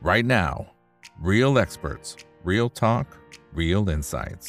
right now. Real experts, real talk, real insights.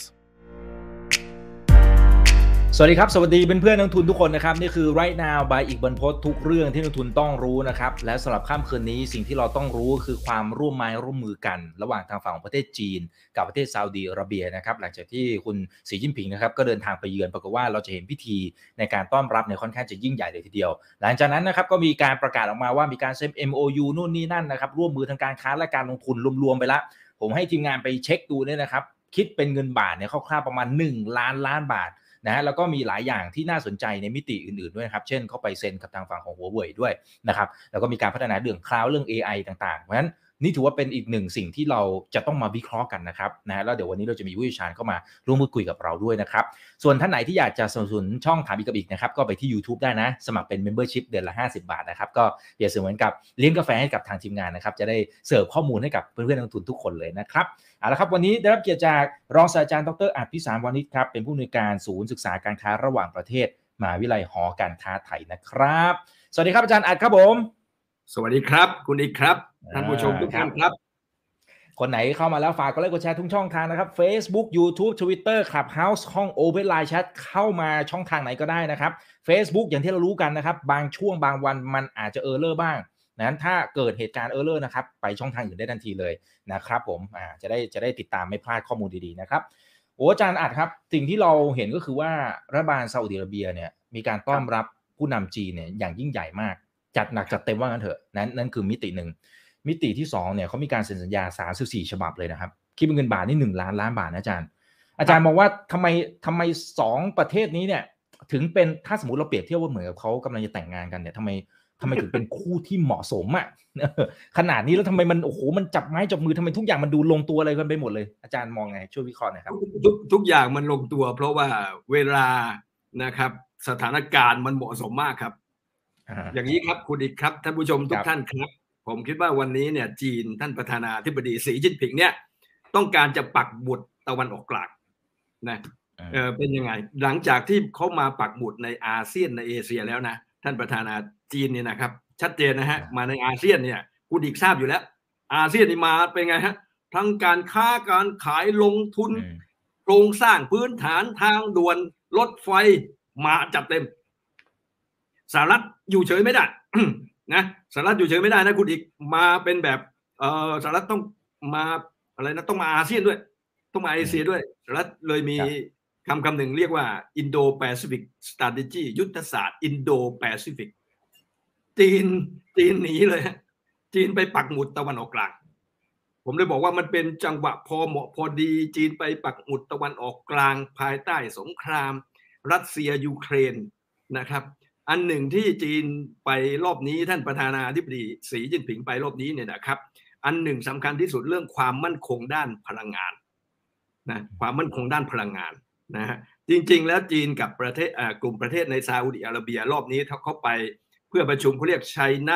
สวัสดีครับสวัสดีเพื่อนๆนักทุนทุกคนนะครับนี่คือ Right Now by อีกบรรพตทุกเรื่องที่นักทุนต้องรู้นะครับและสำหรับค่ำคืนนี้สิ่งที่เราต้องรู้คือความร่วมไม้ร่วมมือกันระหว่างทางฝั่งของประเทศจีนกับประเทศซาอุดิอาระเบียนะครับหลังจากที่คุณสีจิ้นผิงนะครับก็เดินทางไปเยือนปรากฏว่าเราจะเห็นพิธีในการต้อนรับเนี่ยค่อนข้างจะยิ่งใหญ่เลยทีเดียวหลังจากนั้นนะครับก็มีการประกาศออกมาว่ามีการเซ็น MOU นู่นนี่นั่นนะครับร่วมมือทางการค้าและการลงทุนรวมๆไปละผมให้ทีมงานไปเช็คดูเนี่ยนะครับคิดเป็นเงินบาทเนี่ยคร่าวๆประมาณ1 ล้านล้านบาทนะฮะแล้วก็มีหลายอย่างที่น่าสนใจในมิติอื่นๆด้วยครับเช่นเข้าไปเซ็นกับทางฝั่งของ Huawei ด้วยนะครับแล้วก็มีการพัฒนาเรื่อง Cloud เรื่อง AI ต่างๆเพราะฉะนั้นนี่ถือว่าเป็นอีกหนึ่งสิ่งที่เราจะต้องมาวิเคราะห์กันนะครับนะฮะแล้วเดี๋ยววันนี้เราจะมีผู้เชี่ยวชาญเข้ามาร่วมพูดคุยกับเราด้วยนะครับส่วนท่านไหนที่อยากจะสนับสนุนช่องถามอีกกับอีกนะครับก็ไปที่ YouTube ได้นะสมัครเป็น Membership เดือนละ50 บาทนะครับก็เปรียบเสมือนกับเลี้ยงกาแฟให้กับทางทีมงานนะครับจะได้เสิร์ฟข้อมูลให้กับเพื่อนๆนักลงทุนทุกคนเลยนะครับเอาละครับวันนี้ได้รับเกียรติจากรองศาสตราจารย์ดร.อัจฉริยะ วานิชครับเป็นผู้อำนวยการศูนย์ศึกษาการค้าระหว่างประเทศมหาวิทยาลัยหอการค้าไทยนะครับสวัสดีครับอาจารย์อัจครับผมสวัสดีครับคุณอีกครับท่านผู้ชมทุกท่านครับคนไหนเข้ามาแล้วฝากกดไลค์กดแชร์ทุกช่องทางนะครับ Facebook YouTube Twitter Clubhouse ห้อง Open Line Chat เข้ามาช่องทางไหนก็ได้นะครับ Facebook อย่างที่เรารู้กันนะครับบางช่วงบางวันมันอาจจะerrorบ้างนั้นถ้าเกิดเหตุการณ์errorนะครับไปช่องทางอื่นได้ทันทีเลยนะครับผมจะได้ติดตามไม่พลาดข้อมูลดีๆนะครับโอ้อาจารย์อัดครับสิ่งที่เราเห็นก็คือว่ารัฐบาลซาอุดิอาระเบียเนี่ยมีการต้อนรับผู้นำจีนเนี่ยอย่างยิ่งใหญ่มากจัดหนักจัดเต็มว่างั้นเถอะนั่นคือมิติหนึ่งมิติที่2เนี่ยเขามีการเซ็นสัญญา34ฉบับเลยนะครับคิดเป็นเงินบาทนี่1 ล้านล้านบาทนะอาจารย์มองว่าทำไม2ประเทศนี้เนี่ยถึงเป็นถ้าสมมุติเราเปรียบเทียบว่าเหมือนกับเขากำลังจะแต่งงานกันเนี่ยทำไมถึงเป็นคู่ที่เหมาะสมอ่ะขนาดนี้แล้วทำไมมันโอ้โหมันจับไม้จับมือทำไมทุกอย่างมันดูลงตัวอะไรกันไปหมดเลยอาจารย์มองไงช่วยวิเคราะห์หน่อยครับทุกอย่างมันลงตัวเพราะว่าเวลานะครับสถานการณ์มันเหมาะสมมากครับอย่างนี้ครับคุณอีกครับท่านผู้ชมทุกท่านครับผมคิดว่าวันนี้เนี่ยจีนท่านประธานาธิบดีสีจิ้นผิงเนี่ยต้องการจะปักหมุดตะวันออกกลางนะเป็นยังไงหลังจากที่เขามาปักหมุดในอาเซียนในเอเชียแล้วนะท่านประธานาจีนเนี่ยนะครับชัดเจนนะฮะมาในอาเซียนเนี่ยคุณอีกทราบอยู่แล้วอาเซียนนี่มาเป็นไงฮะทั้งการค้าการขายลงทุนโครงสร้างพื้นฐานทางด่วนรถไฟมาจัดเต็มสหรัฐอยู่เฉยไม่ได้ นะสหรัฐอยู่เฉยไม่ได้นะคุณอีกมาเป็นแบบสหรัฐต้องมาอะไรนะต้องมาอาเซียนด้วยต้องมาเอเชียด้วยสหรัฐเลยมีคำหนึ่งเรียกว่า Indo-Pacific Strategy ยุทธศาสตร์ Indo-Pacific จีนหนีเลยจีนไปปักหมุดตะวันออกกลางผมเลยบอกว่ามันเป็นจังหวะพอเหมาะพอดีจีนไปปักหมุดตะวันออกกลางภายใต้สงครามรัสเซียยูเครนนะครับอันหนึ่งที่จีนไปรอบนี้ท่านประธานาธิบดีสีจิ้นผิงไปรอบนี้เนี่ยนะครับอันหนึ่งสำคัญที่สุดเรื่องความมั่นคงด้านพลังงานนะความมั่นคงด้านพลังงานนะฮะจริงๆแล้วจีนกับประเทศกลุ่มประเทศในซาอุดิอาระเบียรอบนี้เขาไปเพื่อประชุมเขาเรียกไชน่า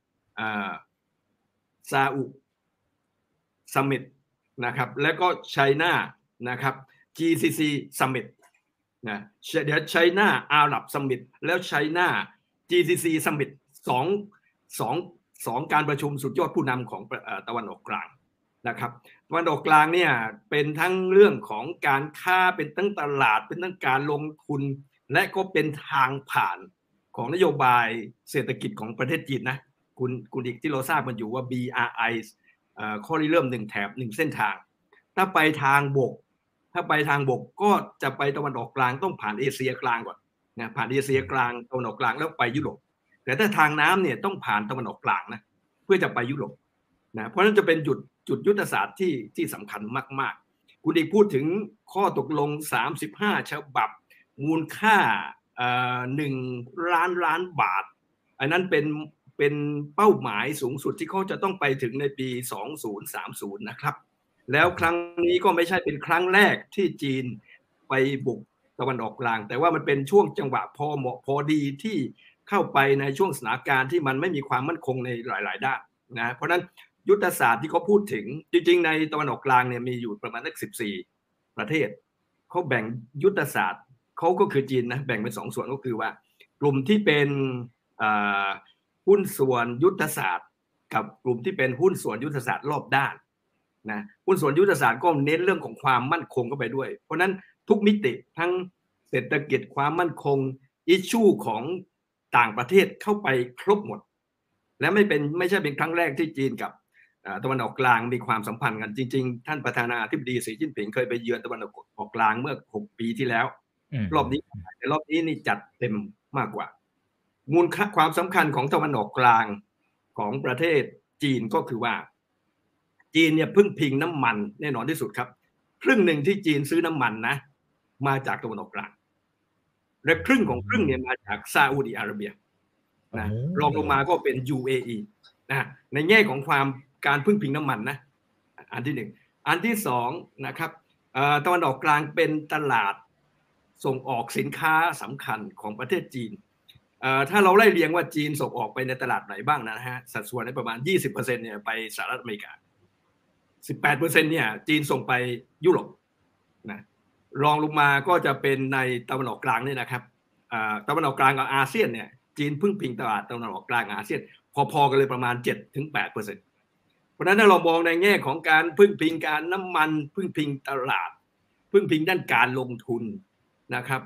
ซาอุซัมมิตนะครับแล้วก็ไชน่านะครับ GCC ซัมมิตนะเดี๋ยวไชน่าอาหรับซัมมิตแล้วไชน่า GCC ซัมมิตสองการประชุมสุดยอดผู้นำของตะวันออกกลางนะครับตะวันออกกลางเนี่ยเป็นทั้งเรื่องของการค้าเป็นทั้งตลาดเป็นทั้งการลงทุนและก็เป็นทางผ่านของนโยบายเศรษฐกิจของประเทศจีนนะคุณอีกที่เราทราบมันอยู่ว่า BRI ข้อริเริ่ม1แถบ1เส้นทางถ้าไปทางบกก็จะไปตะวันออกกลางต้องผ่านเอเชียกลางก่อนนะผ่านเอเชียกลางตะวันออกกลางแล้วไปยุโรปแต่ถ้าทางน้ำเนี่ยต้องผ่านตะวันออกกลางนะเพื่อจะไปยุโรปนะเพราะฉะนั้นจะเป็นจุดยุทธศาสตร์ที่สำคัญมากๆคุณอีกพูดถึงข้อตกลง35ฉบับมูลค่า1 ล้านบาทอันนั้นเป็นเป้าหมายสูงสุดที่เขาจะต้องไปถึงในปี2030นะครับแล้วครั้งนี้ก็ไม่ใช่เป็นครั้งแรกที่จีนไปบุกตะวันออกกลางแต่ว่ามันเป็นช่วงจังหวะพอเหมาะพอดีที่เข้าไปในช่วงสถานการณ์ที่มันไม่มีความมั่นคงในหลายๆด้านนะเพราะนั้นยุทธศาสตร์ที่เขาพูดถึงจริงๆในตะวันออกกลางเนี่ยมีอยู่ประมาณ14ประเทศเขาแบ่งยุทธศาสตร์เขาก็คือจีนนะแบ่งเป็น2ส่วนก็คือว่ากลุ่มที่เป็นหุ้นส่วนยุทธศาสตร์กับกลุ่มที่เป็นหุ้นส่วนยุทธศาสตร์รอบด้านนะหุ้นส่วนยุทธศาสตร์ก็เน้นเรื่องของความมั่นคงเข้าไปด้วยเพราะนั้นทุกมิติทั้งเศรษฐกิจความมั่นคงอิชชูของต่างประเทศเข้าไปครบหมดและไม่ใช่เป็นครั้งแรกที่จีนกับตะวันออกกลางมีความสัมพันธ์กันจริงๆท่านประธานาธิบดีสีจิ้นผิงเคยไปเยือนตะวันออกกลางเมื่อ6 ปีที่แล้วรอบนี้นี่จัดเต็มมากกว่ามูลค่าความสำคัญของตะวันออกกลางของประเทศจีนก็คือว่าจีนเนี่ยพึ่งพิงน้ำมันแน่นอนที่สุดครับครึ่งหนึ่งที่จีนซื้อน้ำมันนะมาจากตะวันออกกลางและครึ่งของครึ่งเนี่ยมาจากซาอุดิอาระเบียนะรองลงมาก็เป็น UAE นะในแง่ของการพึ่งพิงน้ำมันนะอันที่หนึ่งอันที่สองนะครับตะวันออกกลางเป็นตลาดส่งออกสินค้าสำคัญของประเทศจีนถ้าเราไล่เรียงว่าจีนส่งออกไปในตลาดไหนบ้างนะฮะสัดส่วนในประมาณ 20% เนี่ยไปสหรัฐอเมริกา 18% เนี่ยจีนส่งไปยุโรปนะรองลงมาก็จะเป็นในตะวันออกกลางนี่นะครับตะวันออกกลางกับอาเซียนเนี่ยจีนพึ่งพิงตลาดตะวันออกกลางอาเซียนพอๆกันเลยประมาณ 7-8% เพราะฉะนั้นถ้าเรามองในแง่ของการพึ่งพิงการน้ำมันพึ่งพิงตลาดพึ่งพิงด้านการลงทุนนะครับ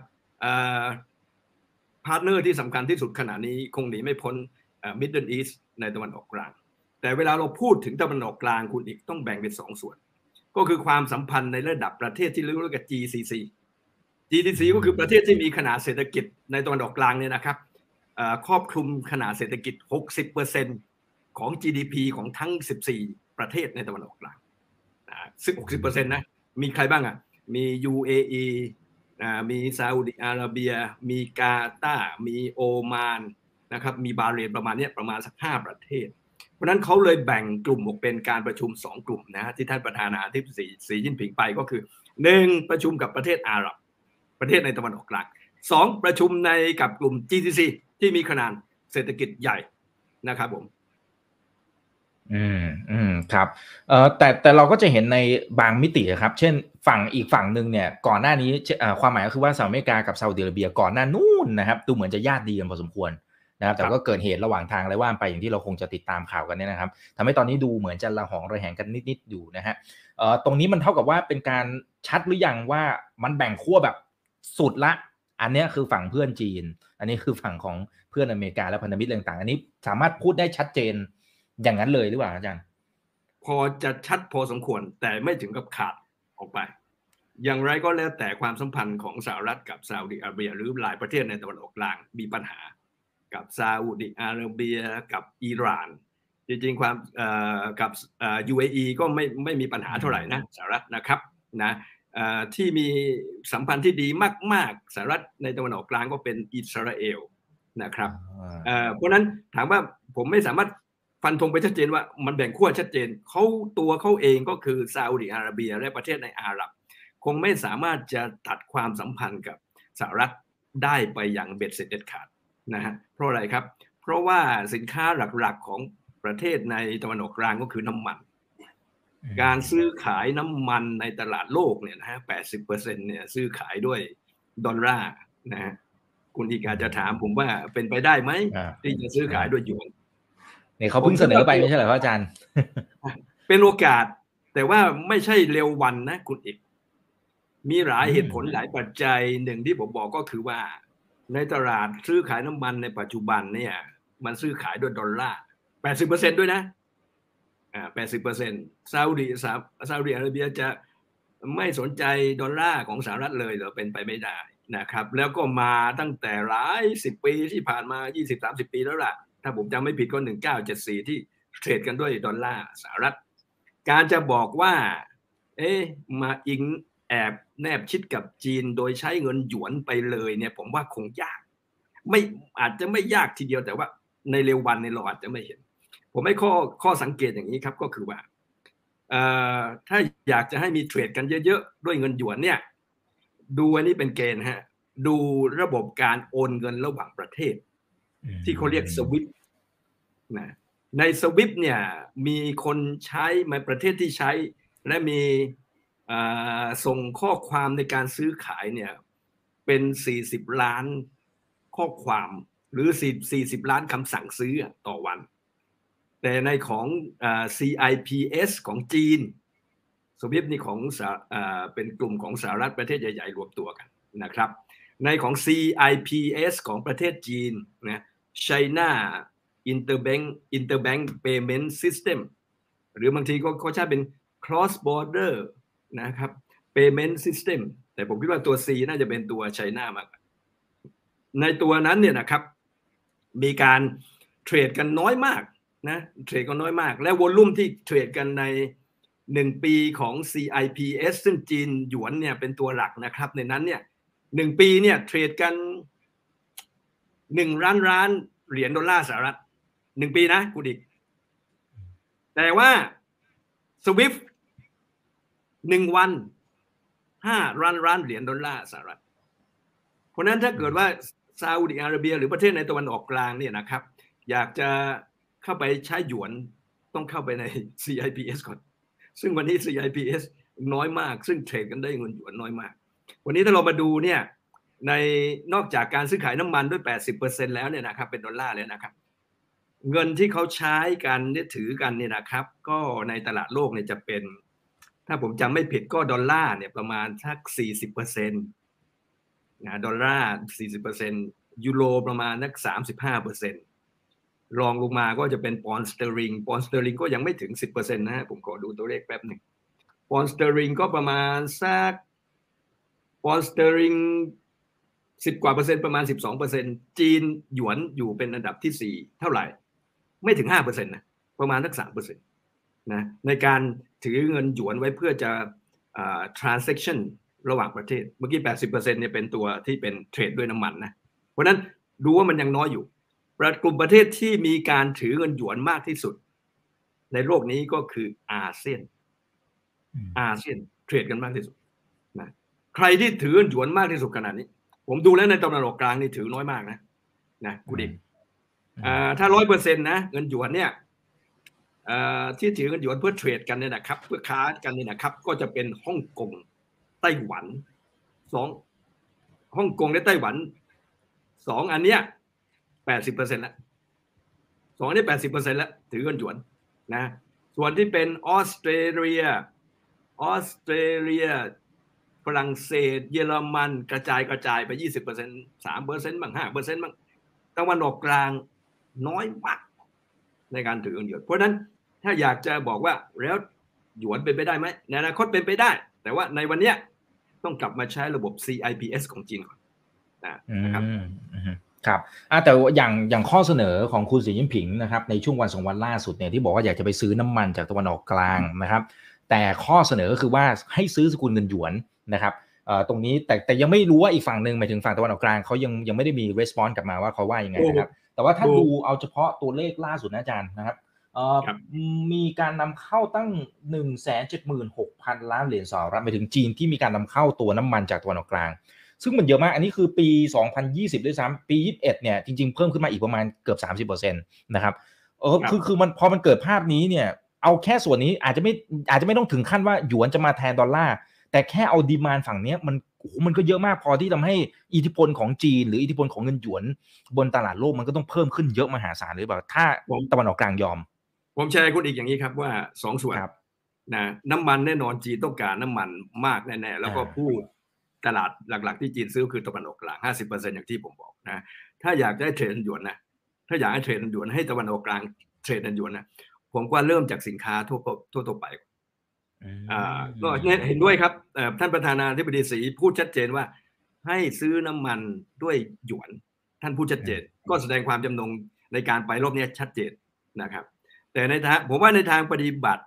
พาร์ทเนอร์ที่สำคัญที่สุดขณะนี้คงหนีไม่พ้นMiddle East ในตะวันออกกลางแต่เวลาเราพูดถึงตะวันออกกลางคุณอีกต้องแบ่งเป็น2 ส่วนก็คือความสัมพันธ์ในระดับประเทศที่เรียกว่า GCC ก็คือประเทศที่มีขนาดเศรษฐกิจในตะวันออกกลางเนี่ยนะครับครอบคลุมขนาดเศรษฐกิจ 60% ของ GDP ของทั้ง14ประเทศในตะวันออกกลางซึ่ง 60% นะมีใครบ้างอ่ะมี UAE มีซาอุดิอาระเบียมีกาตาร์มีโอมานนะครับมีบาห์เรนประมาณสัก5ประเทศเพราะนั้นเขาเลยแบ่งกลุ่มออกเป็นการประชุม2 กลุ่มนะที่ท่านประธานาธิบดีสีจิ้นผิงไปก็คือ1ประชุมกับประเทศอาหรับประเทศในตะวันออกกลาง2ประชุมในกับกลุ่ม GCC ที่มีขนาดเศรษฐกิจใหญ่นะครับผมครับแต่เราก็จะเห็นในบางมิติครับเช่นอีกฝั่งนึงเนี่ยก่อนหน้านี้ความหมายก็คือว่าสหรัฐอเมริกากับซาอุดิอาระเบียก่อนหน้านู้นนะครับดูเหมือนจะญาติดีกันพอสมควรนะครับแต่ก็เกิดเหตุระหว่างทางอะไรว่าไปอย่างที่เราคงจะติดตามข่าวกันเนี่ยนะครับทำให้ตอนนี้ดูเหมือนจะระหองระแหงกันนิดๆอยู่นะฮะตรงนี้มันเท่ากับว่าเป็นการชัดหรือยังว่ามันแบ่งขั้วแบบสุดละอันนี้คือฝั่งเพื่อนจีนอันนี้คือฝั่งของเพื่อนอเมริกาและพันธมิตรต่างๆอันนี้สามารถพูดได้ชัดเจนอย่างนั้นเลยหรือเปล่าอาจารย์พอจะชัดพอสมควรแต่ไม่ถึงกับขาดออกไปอย่างไรก็แล้วแต่ความสัมพันธ์ของสหรัฐกับซาอุดิอาระเบียหรือหลายประเทศในตะวันออกกลางมีปัญหากับซาอุดิอาระเบียกับอิหร่านจริงๆความกับUAE ก็ไม่มีปัญหาเท่าไหร่นะสหรัฐนะครับนะที่มีสัมพันธ์ที่ดีมากๆสหรัฐในตะวันออกกลางก็เป็นอิสราเอลนะครับเพราะนั้นถามว่าผมไม่สามารถฟันธงไปชัดเจนว่ามันแบ่งขั้วชัดเจนตัวเขาเองก็คือซาอุดิอาระเบียและประเทศในอาหรับคงไม่สามารถจะตัดความสัมพันธ์กับสหรัฐได้ไปอย่างเบ็ดเสร็จเด็ดขาดนะฮะเพราะอะไรครับเพราะว่าสินค้าหลักๆของประเทศในตะวันออกกลางก็คือน้ำมันการซื้อขายน้ำมันในตลาดโลกเนี่ยนะฮะ 80% เนี่ยซื้อขายด้วยดอลลาร์นะฮะคุณอีกอาจจะถามผมว่าเป็นไปได้ไหมที่จะซื้อขายด้วยหยวนเนี่ยเขาเพิ่งเสนอไปไม่ใช่เหรออาจารย์เป็นโอกาสแต่ว่าไม่ใช่เร็ววันนะคุณอีกมีหลายเหตุผลหลายปัจจัยหนึ่งที่ผมบอกก็คือว่าในตลาดซื้อขายน้ำมันในปัจจุบันเนี่ยมันซื้อขายด้วยดอลลาร์ 80% ด้วยนะ80% ซาอุดิอาระเบียจะไม่สนใจดอลลาร์ของสหรัฐเลยเหรอเป็นไปไม่ได้นะครับแล้วก็มาตั้งแต่หลาย10 ปีที่ผ่านมา 20-30 ปีแล้วล่ะถ้าผมจำไม่ผิดก็1974ที่เทรดกันด้วยดอลลาร์สหรัฐการจะบอกว่ามาอิงแอบแนบชิดกับจีนโดยใช้เงินหยวนไปเลยเนี่ยผมว่าคงยากอาจจะไม่ยากทีเดียวแต่ว่าในเร็ววันเนี่ยเราอาจจะไม่เห็นผมให้ข้อสังเกตอย่างนี้ครับก็คือว่าถ้าอยากจะให้มีเทรดกันเยอะๆด้วยเงินหยวนเนี่ยดูอันนี้เป็นเกณฑ์ฮะดูระบบการโอนเงินระหว่างประเทศที่เขาเรียก SWIFT นะใน SWIFT เนี่ยมีคนใช้ในประเทศที่ใช้และมีส่งข้อความในการซื้อขายเนี่ยเป็น40 ล้านข้อความหรือ40 ล้านคำสั่งซื้อต่อวันแต่ในของCIPS ของจีนสวิฟต์นี่ของเป็นกลุ่มของสหรัฐประเทศใหญ่ๆรวมตัวกันนะครับในของ CIPS ของประเทศจีนนะ China Interbank Payment System หรือบางทีก็เขาใช้เป็น Cross Border นะครับ Payment System แต่ผมคิดว่าตัว C น่าจะเป็นตัว China มากในตัวนั้นเนี่ยนะครับมีการเทรดกันน้อยมากนะเทรดกันน้อยมากและวอลลุ่มที่เทรดกันใน1ปีของ CIPS ซึ่งจีนหยวนเนี่ยเป็นตัวหลักนะครับในนั้นเนี่ย1ปีเนี่ยเทรดกัน1 ล้านเหรียญดอลลาร์สหรัฐ1ปีนะกูดิแต่ว่า SWIFT 1 วัน5 ล้านเหรียญดอลลาร์สหรัฐเพราะนั้นถ้าเกิดว่าซาอุดิอาระเบียหรือประเทศในตะวันออกกลางเนี่ยนะครับอยากจะเข้าไปใช้หยวนต้องเข้าไปใน CIPS ก่อนซึ่งวันนี้ CIPS น้อยมากซึ่งเทรดกันได้เงินหยวนน้อยมากวันนี้ถ้าเรามาดูเนี่ยในนอกจากการซื้อขายน้ำมันด้วย 80% แล้วเนี่ยนะครับเป็นดอลลาร์แล้วนะครับเงินที่เขาใช้กันถือกันเนี่ยนะครับก็ในตลาดโลกเนี่ยจะเป็นถ้าผมจำไม่ผิดก็ดอลลาร์เนี่ยประมาณสัก 40%นะดอลลาร์ 40% ยูโรประมาณนัก 35%รองลงมาก็จะเป็นปอนด์สเตอริงก็ยังไม่ถึง 10% นะฮะผมขอดูตัวเลขแป๊บนึงปอนด์สเตอริงก็ประมาณสักปอนด์สเตอริง10 กว่าเปอร์เซ็นต์ประมาณ 12% จีนหยวนอยู่เป็นอันดับที่4เท่าไหร่ไม่ถึง 5% นะประมาณสัก 3% นะในการถือเงินหยวนไว้เพื่อจะtransaction ระหว่างประเทศเมื่อกี้ 80% เนี่ยเป็นตัวที่เป็นเทรดด้วยน้ำมันนะเพราะนั้นดูว่ามันยังน้อยอยู่กลุ่มประเทศที่มีการถือเงินหยวนมากที่สุดในโลกนี้ก็คืออาเซียนเทรดกันมากที่สุดนะใครที่ถือเงินหยวนมากที่สุดขนาดนี้ผมดูแล้วในตะวันออกกลางนี่ถือน้อยมากนะกูดิถ้า 100% นะเงินหยวนเนี่ยที่ถือเงินหยวนเพื่อเทรดกันเนี่ยนะครับเพื่อค้ากันเนี่ยนะครับก็จะเป็นฮ่องกงไต้หวันฮ่องกงและไต้หวัน2อันเนี้ย 80% แล้ว2อันนี้ 80% แล้วถือเงินหยวนนะส่วนที่เป็นออสเตรเลียฝรั่งเศสเยอรมันกระจายไป 20% 3% บ้าง 5% บ้างตะวันออกกลางน้อยมากในการถือเงินหยวนเพราะนั้นถ้าอยากจะบอกว่าแล้วหยวนเป็นไปได้ไหมในอนาคตเป็นไปได้แต่ว่าในวันเนี้ยต้องกลับมาใช้ระบบ CIPS ของจีนก่อนนะครับครับแต่อย่างข้อเสนอของคุณสีจิ้นผิงนะครับในช่วงวัน2 วันล่าสุดเนี่ยที่บอกว่าอยากจะไปซื้อน้ำมันจากตะวันออกกลางนะครับแต่ข้อเสนอก็คือว่าให้ซื้อสกุลเงินหยวนนะครับตรงนี้แต่ยังไม่รู้ว่าอีกฝั่งนึงหมายถึงฝั่งตะวันออกกลางเขายังไม่ได้มีรีสปอนส์กลับมาว่าเขาว่ายังไงนะครับแต่ว่าถ้าดูเอาเฉพาะตัวเลขล่าสุดนะอาจารย์นะครับมีการนำเข้าตั้ง 176,000 ล้านเหรียญสหรัฐหมายถึงจีนที่มีการนำเข้าตัวน้ำมันจากตะวันออกกลางซึ่งมันเยอะมากอันนี้คือปี2020ด้วยซ้ำปี21เนี่ยจริงๆเพิ่มขึ้นมาอีกประมาณเกือบ 30% นะครับคือมันพอมันเกิดภาพนี้เนี่ยเอาแค่ส่วนนี้อาจจะไม่ต้องถึงขั้นว่าหยวนจะมาแทนดอลลาร์แต่แค่เอาดีมานด์ฝั่งนี้มันก็เยอะมากพอที่ทำให้อิทธิพลของจีนหรืออิทธิพลของเงินหยวนบนตลาดโลกมันก็ต้องเพิ่มขึ้นเยอะมหาศาลหรือเปล่าถ้าตะวันออกกลางยอมผมแชร์คุณอีกอย่างนี้ครับว่า2ส่วนนะน้ำมันแน่นอนจีนต้องการน้ำมันมากแน่ๆแล้วก็ผู้ตลาดหลักๆที่จีนซื้อคือตะวันออกกลาง 50% อย่างที่ผมบอกนะถ้าอยากได้เทรดหยวนนะถ้าอยากให้เทรดหยวนให้ตะวันออกกลางเทรดหยวนนะผมว่าเริ่มจากสินค้าทั่วไปก็เห็นด้วยครับท่านประธานาธิบดีศรีพูดชัดเจนว่าให้ซื้อน้ำมันด้วยหยวนท่านพูดชัดเจนก็แสดงความจำนงในการไปรอบนี้ชัดเจนนะครับแต่ในทางผมว่าในทางปฏิบัติ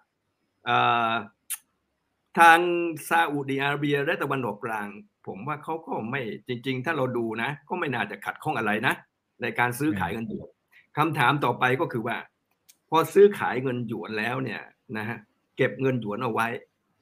ทางซาอุดิอาระเบียและตะวันออกกลางผมว่าเขาก็ไม่จริงๆถ้าเราดูนะก็ไม่น่าจะขัดข้องอะไรนะในการซื้อขายเงินหยวนคำถามต่อไปก็คือว่าพอซื้อขายเงินหยวนแล้วเนี่ยนะฮะเก็บเงินหยวนเอาไว้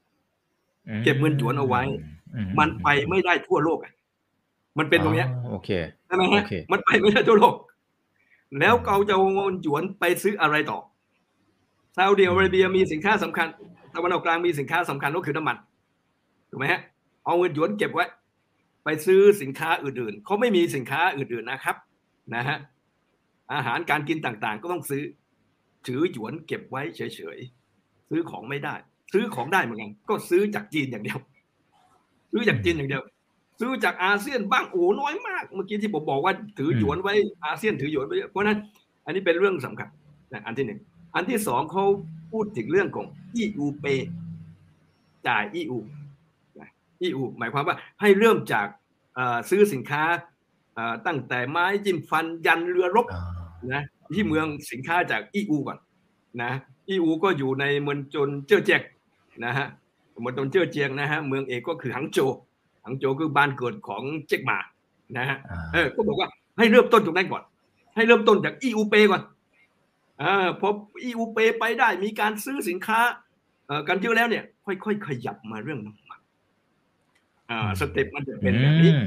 มันไปไม่ได้ทั่วโลกมันเป็นตรงเนี้ยใช่ไหมฮะมันไปไม่ได้ทั่วโลกแล้วเขาจะเอาเงินหยวนไปซื้ออะไรต่อซาอุดิอาระเบียมีสินค้าสำคัญตะวันออกกลางมีสินค้าสำคัญก็คือน้ำมันถูกไหมฮะเอาเงินหยวนเก็บไว้ไปซื้อสินค้าอื่นๆเขาไม่มีสินค้าอื่นๆนะครับนะฮะอาหารการกินต่างๆก็ต้องซื้อถือหยวนเก็บไว้เฉยๆซื้อของไม่ได้ซื้อของได้เหมือนกันก็ซื้อจากจีนอย่างเดียวซื้อจากจีนอย่างเดียวซื้อจากอาเซียนบ้างโอ้น้อยมากเมื่อกี้ที่ผมบอกว่าถือหยวนไว้อาเซียนถือหยวนไว้เพราะนั้นอันนี้เป็นเรื่องสำคัญนะอันที่หนึ่งอันที่สองเขาพูดถึงเรื่องของ EU Pay จ่าย EU นะ EU หมายความว่าให้เริ่มจากซื้อสินค้าตั้งแต่ไม้จิ้มฟันยันเรือรบนะที่เมืองสินค้าจาก EU ก่อนนะ EU ก็อยู่ในมณฑลเจ้อเจียงนะฮะมณฑลเจ้อเจียงนะฮะเมืองเอกก็คือหางโจวคือบ้านเกิดของเจ๊กหมานะฮะก็บอกว่าให้เริ่มต้นตรงนั้นก่อนให้เริ่มต้นจาก EU Pay ก่อนพอ EU Pay ไปได้มีการซื้อสินค้ากันเยอะแล้วเนี่ยค่อยๆขยับมาเรื่องน้ำมันสเต็ปมันจะเป็นแบบนี้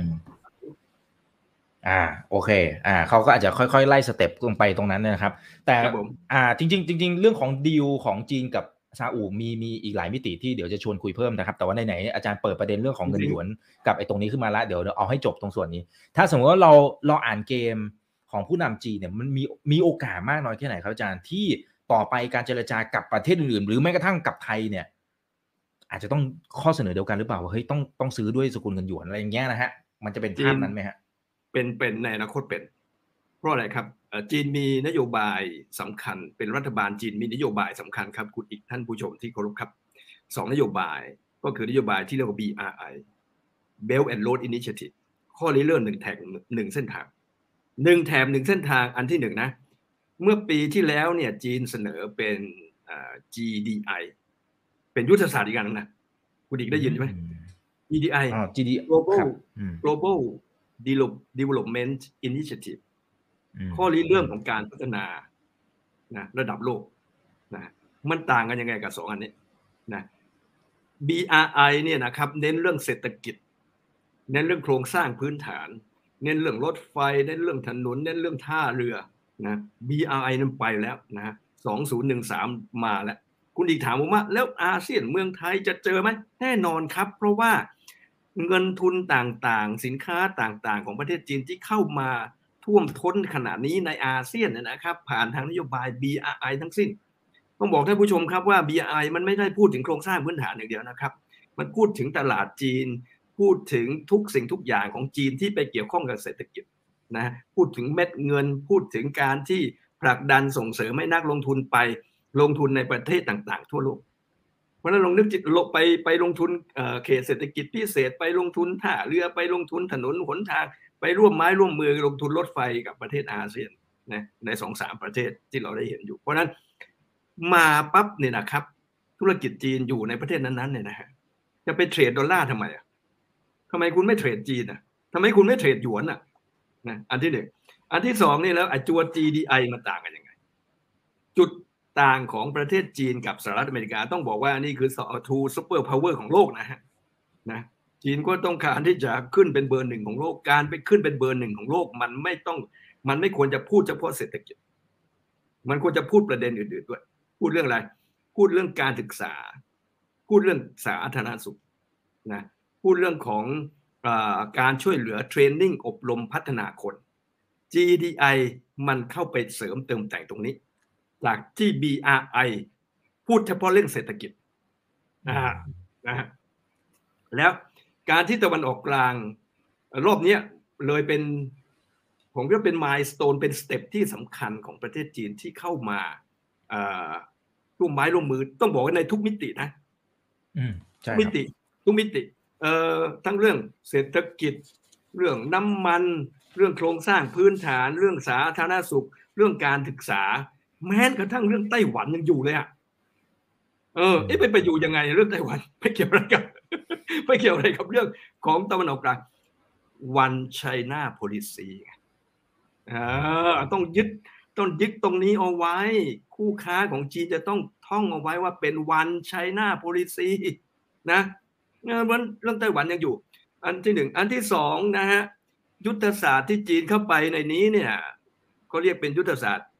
โอเคเขาก็อาจจะค่อยๆไล่สเต็ปลงไปตรงนั้นนะครับแต่จริงเรื่องของดีลของจีนกับซาอุมีอีกหลายมิติที่เดี๋ยวจะชวนคุยเพิ่มนะครับแต่ว่าไหนๆอาจารย์เปิดประเด็นเรื่องของเงินหยวนกับไอ้ตรงนี้ขึ้นมาแล้วเดี๋ยวเอาให้จบตรงส่วนนี้ถ้าสมมติว่าเราอ่านเกมของผู้นำจีนเนี่ยมันมีโอกาสมากน้อยแค่ไหนครับอาจารย์ที่ต่อไปการเจรจากับประเทศอื่นๆหรือแม้กระทั่งกับไทยเนี่ยอาจจะต้องข้อเสนอเดียวกันหรือเปล่าว่าเฮ้ยต้องซื้อด้วยสกุลเงินหยวนอะไรอย่างเงี้ยนะฮะมันจะเป็นภาพนั้นไหมฮะเป็นในอนาคตเป็นเพราะอะไรครับจีนมีนโยบายสำคัญเป็นรัฐบาลจีนมีนโยบายสำคัญครับคุณอีกท่านผู้ชมที่เคารพครับ2นโยบายก็คือนโยบายที่เรียกว่า BRI Belt and Road Initiative ข้อนี้เรื่อง1แถบ1เส้นทาง1แถบ1เส้นทางอันที่1นะเมื่อปีที่แล้วเนี่ยจีนเสนอเป็นGDI เป็นยุทธศาสตร์อีกอันนึงนะคุณอีกได้ยินไหม GDI Global Development Initiative ข้อนี้เรื่องของการพัฒนานะระดับโลกนะมันต่างกันยังไงกับ2อันนี้นะ BRI เนี่ยนะครับเน้นเรื่องเศรษฐกิจเน้นเรื่องโครงสร้างพื้นฐานเน้นเรื่องรถไฟเน้นเรื่องถนนเน้นเรื่องท่าเรือนะ BRI นั้นไปแล้วนะ2013มาแล้วคุณอีกถามผมว่าแล้วอาเซียนเมืองไทยจะเจอไหมแน่นอนครับเพราะว่าเงินทุนต่างๆสินค้าต่างๆของประเทศจีนที่เข้ามาท่วมท้นขณะนี้ในอาเซียนนะครับผ่านทางนโยบาย BRI ทั้งสิ้นต้องบอกท่านผู้ชมครับว่า BRI มันไม่ได้พูดถึงโครงสร้างพื้นฐานอย่างเดียวนะครับมันพูดถึงตลาดจีนพูดถึงทุกสิ่งทุกอย่างของจีนที่ไปเกี่ยวข้องกับเศรษฐกิจนะพูดถึงเม็ดเงินพูดถึงการที่ผลักดันส่งเสริมให้นักลงทุนไปลงทุนในประเทศต่างๆทั่วโลกเพราะนั้นลองนึกจิตไปลงทุนเขตเศรษฐกิจพิเศษไปลงทุนท่าเรือไปลงทุนถนนหนทางไปร่วมไม้ร่วมมือลงทุนรถไฟกับประเทศอาเซียนนะใน 2-3 ประเทศที่เราได้เห็นอยู่เพราะนั้นมาปั๊บเนี่ยนะครับธุรกิจจีนอยู่ในประเทศนั้นๆเนี่ยนะฮะจะไปเทรดดอลลาร์ทำไมทำไมคุณไม่เทรดจีนทำไมคุณไม่เทรดหยวนนะอันที่1อันที่2นี่แล้วตัว GDI มันต่างกันยังไงจุดต่างของประเทศจีนกับสหรัฐอเมริกาต้องบอกว่านี่คือtwo super power ของโลกนะฮะจีนก็ต้องการที่จะขึ้นเป็นเบอร์1ของโลกการไปขึ้นเป็นเบอร์1ของโลกมันไม่ควรจะพูดเฉพาะเศรษฐกิจมันควรจะพูดประเด็นอื่นๆด้วยพูดเรื่องอะไรพูดเรื่องการศึกษาพูดเรื่องสาธารณสุขนะพูดเรื่องของการช่วยเหลือเทรนนิ่งอบรมพัฒนาคน GDI มันเข้าไปเสริมเติมแต่งตรงนี้จากที่ BRI พูดเฉพาะเรื่องเศรษฐกิจนะฮะแล้วการที่ตะวันออกกลางรอบนี้เลยเป็นผมก็เป็นมายสโตนเป็นสเต็ปที่สำคัญของประเทศจีนที่เข้ามาร่วมไม้ร่วมมือต้องบอกว่าในทุกมิตินะทุกมิติทั้งเรื่องเศรษฐกิจเรื่องน้ำมันเรื่องโครงสร้างพื้นฐานเรื่องสาธารณสุขเรื่องการศึกษาแม้กระทั่งเรื่องไต้หวันยังอยู่เลยไปอยู่ยังไงเรื่องไต้หวันไม่เกี่ยวอะไรกับเรื่องของตะวันออกกลาง One China Policy ต้องยึดตรงนี้เอาไว้คู่ค้าของจีนจะต้องท่องเอาไว้ว่าเป็น One China Policy นะเรื่องไต้หวันยังอยู่อันที่1อันที่2นะฮะยุทธศาสตร์ที่จีนเข้าไปในนี้เนี่ยเขาเรียกเป็นยุทธศาสตร์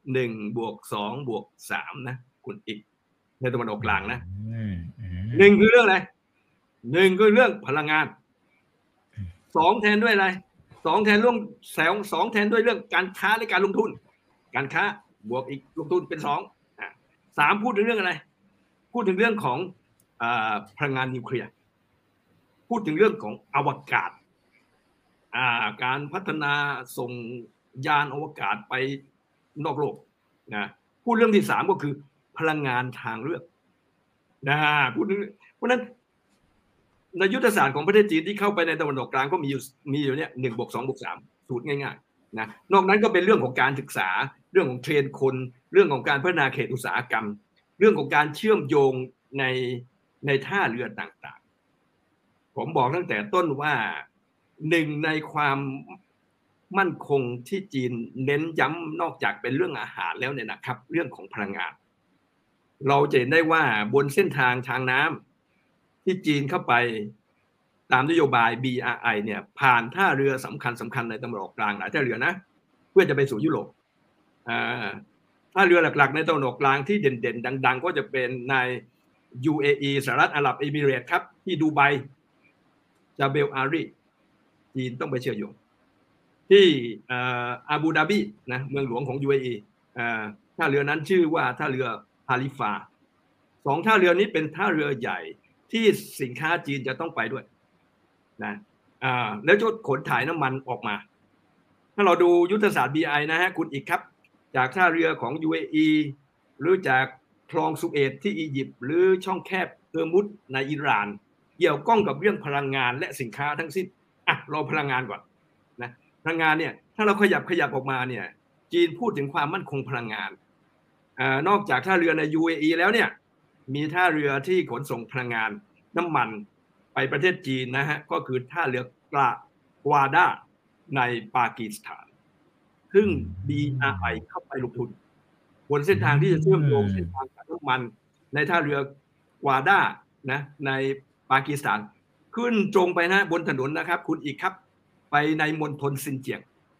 1+2+3นะคุณอีกในตะวันออกกลางนะ1คือเรื่องอะไร1คือเรื่องพลังงาน2แทนด้วยอะไร2แทน2แทนด้วยเรื่องการค้าและการลงทุนการค้าบวกอีกลงทุนเป็น2 3พูดถึงเรื่องอะไรพูดถึงเรื่องของพลังงานนิวเคลียร์พูดถึงเรื่องของอวกาศการพัฒนาส่งยานอวกาศไปนอกโลกนะพูดเรื่องที่3ก็คือพลังงานทางเลือกนะพูดถึงเพราะนั้นในยุทธศาสตร์ของประเทศจีนที่เข้าไปในตะวันออกกลางก็มีอยู่เนี่ย1+2+3สูตรง่ายๆนะนอกนั้นก็เป็นเรื่องของการศึกษาเรื่องของเทรนคนเรื่องของการพัฒนาเขตอุตสาหกรรมเรื่องของการเชื่อมโยงในท่าเรือต่างๆผมบอกตั้งแต่ต้นว่าหนึ่งในความมั่นคงที่จีนเน้นย้ำนอกจากเป็นเรื่องอาหารแล้วเนี่ยนะครับเรื่องของพลังงานเราจะเห็นได้ว่าบนเส้นทางน้ำที่จีนเข้าไปตามนโยบาย BRI เนี่ยผ่านท่าเรือสำคัญในตะวันออกกลางหลายท่าเรือนะเพื่อจะไปสู่ยุโรปท่าเรือหลักๆในตะวันออกกลางที่เด่นๆดังๆก็จะเป็นใน UAE สหรัฐอาหรับเอมิเรตส์ครับที่ดูไบจาเบลอารีจีนต้องไปเชื่อมโยงที่อาบูดาบีนะเมืองหลวงของ UAE ท่าเรือนั้นชื่อว่าท่าเรือฮาลิฟา2ท่าเรือนี้เป็นท่าเรือใหญ่ที่สินค้าจีนจะต้องไปด้วยนะแล้วจะขนถ่ายน้ำมันออกมาถ้าเราดูยุทธศาสตร์ BI นะฮะคุณอีกครับจากท่าเรือของ UAE หรือจากคลองสุเอตที่อียิปต์หรือช่องแคบเฮอร์มุซในอิหร่านเกี่ยวข้องกับเรื่องพลังงานและสินค้าทั้งสิ้นเราพลังงานก่อนนะพลังงานเนี่ยถ้าเราขยับออกมาเนี่ยจีนพูดถึงความมั่นคงพลังงานนอกจากท่าเรือใน UAE แล้วเนี่ยมีท่าเรือที่ขนส่งพลังงานน้ำมันไปประเทศจีนนะฮะก็คือท่าเรือกวาดาในปากีสถานซึ่ง BRI เข้าไปลงทุนบนเส้นทางที่จะเชื่อมโยงเส้นทางการน้ำมันในท่าเรือกวาดานะในปากีสถานขึ้นตรงไปนะบนถนนนะครับคุณอีกครับไปในมณฑลซินเจียง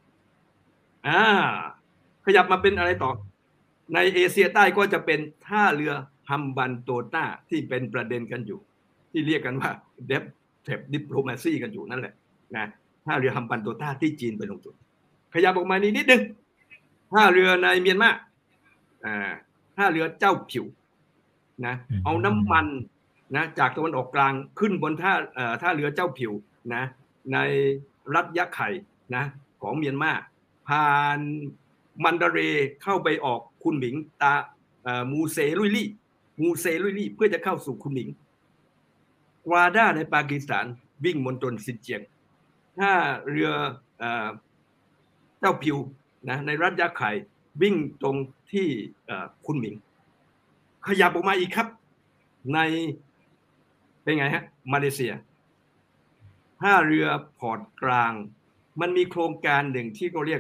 ขยับมาเป็นอะไรต่อในเอเชียใต้ก็จะเป็นท่าเรือฮัมบันโตต้าที่เป็นประเด็นกันอยู่ที่เรียกกันว่าเดฟเทปดิปโลมาซีกันอยู่นั่นแหละนะท่าเรือฮัมบันโตต้าที่จีนไปลงทุนขยับออกมานิดนึงท่าเรือในเมียนมาท่าเรือเจ้าผิวนะเอาน้ำมันนะจากตะวันออกกลางขึ้นบนท่าเรือเจ้าผิวนะในรัฐยะไข่นะของเมียนมาผ่านมันดาเรเข้าไปออกคุณหมิงมูเซลุยลี่เพื่อจะเข้าสู่คุณหมิงกวาดาในปากีสถานวิ่งมณฑลซินเจียงท่าเรือเจ้าผิวนะในรัฐยะไข่วิ่งตรงที่คุณหมิงขยับออกมาอีกครับในเป็นไงฮะมาเลเซียท่าเรือพอร์ตกลางมันมีโครงการหนึ่งที่เขาเรียก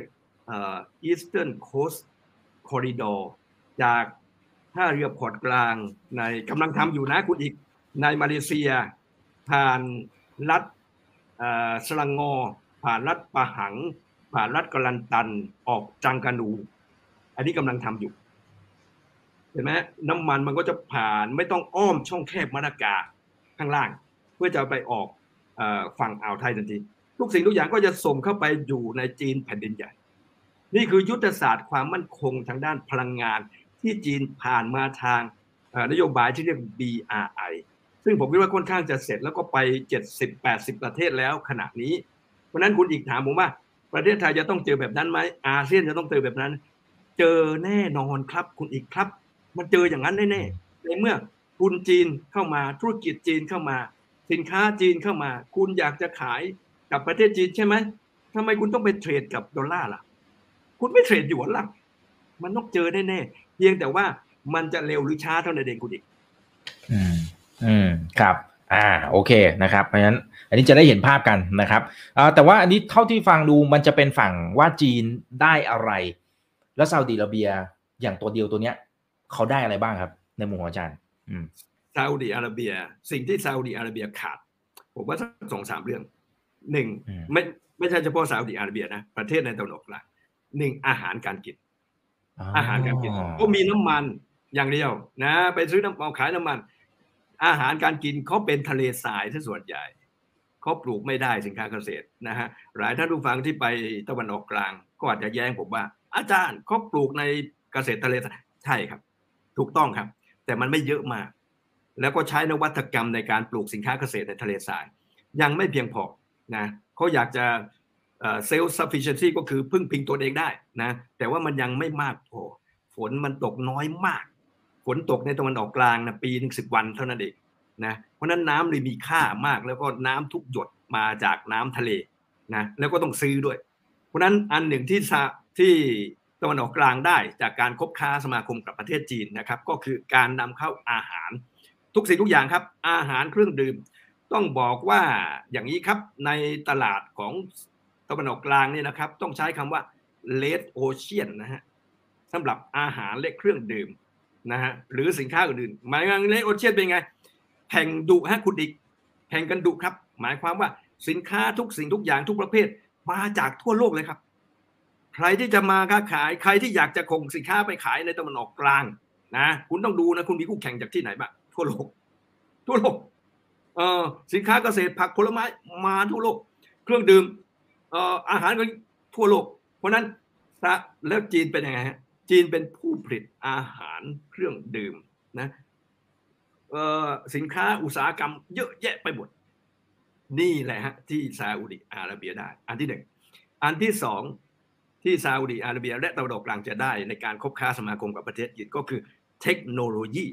Eastern Coast Corridor จากท่าเรือพอร์ตกลางในกำลังทำอยู่นะคุณอีกในมาเลเซียผ่านรัฐสลังงอผ่านรัฐปะหังผ่านรัฐกะลันตันออกจังกานูอันนี้กำลังทำอยู่เห็นไหมน้ำมันมันก็จะผ่านไม่ต้องอ้อมช่องแคบมะละกาข้างล่างเพื่อจะไปออกฝั่งอ่าวไทยทันทีทุกสิ่งทุกอย่างก็จะส่งเข้าไปอยู่ในจีนแผ่นดินใหญ่นี่คือยุทธศาสตร์ความมั่นคงทางด้านพลังงานที่จีนผ่านมาทางนโยบายที่เรียก BRI ซึ่งผมคิดว่าค่อนข้างจะเสร็จแล้วก็ไป 70-80 ประเทศแล้วขณะนี้เพราะนั้นคุณอีกถามผมว่าประเทศไทยจะต้องเจอแบบนั้นไหมอาเซียนจะต้องเจอแบบนั้นเจอแน่นอนครับคุณอีกครับมันเจออย่างนั้นแน่ๆในเมื่อทุนจีนเข้ามาธุรกิจจีนเข้ามาสินค้าจีนเข้ามาคุณอยากจะขายกับประเทศจีนใช่ไหมทำไมคุณต้องไปเทรดกับดอลลาร์ล่ะคุณไม่เทรดหยวนล่ะมันต้องเจอแน่ๆเพียงแต่ว่ามันจะเร็วหรือช้าเท่านั้นเองคุณอีกครับโอเคนะครับเพราะฉะนั้นอันนี้จะได้เห็นภาพกันนะครับแต่ว่าอันนี้เท่าที่ฟังดูมันจะเป็นฝั่งว่าจีนได้อะไรแล้วซาอุดิอาระเบียอย่างตัวเดียวตัวเนี้ยเขาได้อะไรบ้างครับในมุมของอาจารย์ซาอุดิอาระเบียสิ่งที่ซาอุดิอาระเบียขาดผมว่าสัก 2-3 เรื่องไม่ใช่เฉพาะซาอุดิอาระเบียนะประเทศในตะวันออกกลางอาหารการกินก็มีน้ำมันอย่างเดียวนะไปซื้อน้ำมันขายน้ำมันอาหารการกินเขาเป็นทะเลทรายที่ส่วนใหญ่เขาปลูกไม่ได้สินค้าเกษตรนะฮะหลายท่านผู้ฟังที่ไปตะวันออกกลางก็อาจจะแย้งผมว่าอาจารย์เขาปลูกในเกษตรทะเลใช่ครับถูกต้องครับแต่มันไม่เยอะมากแล้วก็ใช้นวัตกรรมในการปลูกสินค้าเกษตรในทะเลทรายยังไม่เพียงพอนะเขาอยากจะเซลฟ์ซัฟฟิเชนซีก็คือพึ่งพิงตัวเองได้นะแต่ว่ามันยังไม่มากพอฝนมันตกน้อยมากฝนตกในตะวันออกกลางนะปีนึง10 วันเท่านั้นเองนะเพราะนั้นน้ำเลยมีค่ามากแล้วก็น้ำทุกหยดมาจากน้ำทะเลนะแล้วก็ต้องซื้อด้วยเพราะนั้นอันหนึ่งที่ตะวันออกกลางได้จากการคบค้าสมาคมกับประเทศจีนนะครับก็คือการนำเข้าอาหารทุกสิ่งทุกอย่างครับอาหารเครื่องดื่มต้องบอกว่าอย่างนี้ครับในตลาดของตะวันออกกลางนี่นะครับต้องใช้คำว่า Red Ocean นะฮะสำหรับอาหารและเครื่องดื่มนะฮะหรือสินค้าอื่นๆหมายถึง Red Ocean เป็นไงแข่งดุฮะคุณอีกแข่งกันดุครับหมายความว่าสินค้าทุกสิ่งทุกอย่างทุกประเภทมาจากทั่วโลกเลยครับใครที่จะมาค้าขายใครที่อยากจะส่งสินค้าไปขายในตะวันออกกลางนะคุณต้องดูนะคุณมีคู่แข่งจากที่ไหนบ้างทั่วโลกสินค้าเกษตรผักผลไม้มาทั่วโลกเครื่องดื่มอาหารก็ทั่วโลกเพราะนั้นแล้วจีนเป็นยังไงฮะจีนเป็นผู้ผลิตอาหารเครื่องดื่มนะสินค้าอุตสาหกรรมเยอะแยะไปหมดนี่แหละฮะที่ซาอุดิอาระเบียได้อันที่หนึ่งอันที่สองที่ซาอุดิอาระเบียและตะวันออกกลางจะได้ในการคบค้าสมาคมกับประเทศจีนก็คือเทคโนโลยี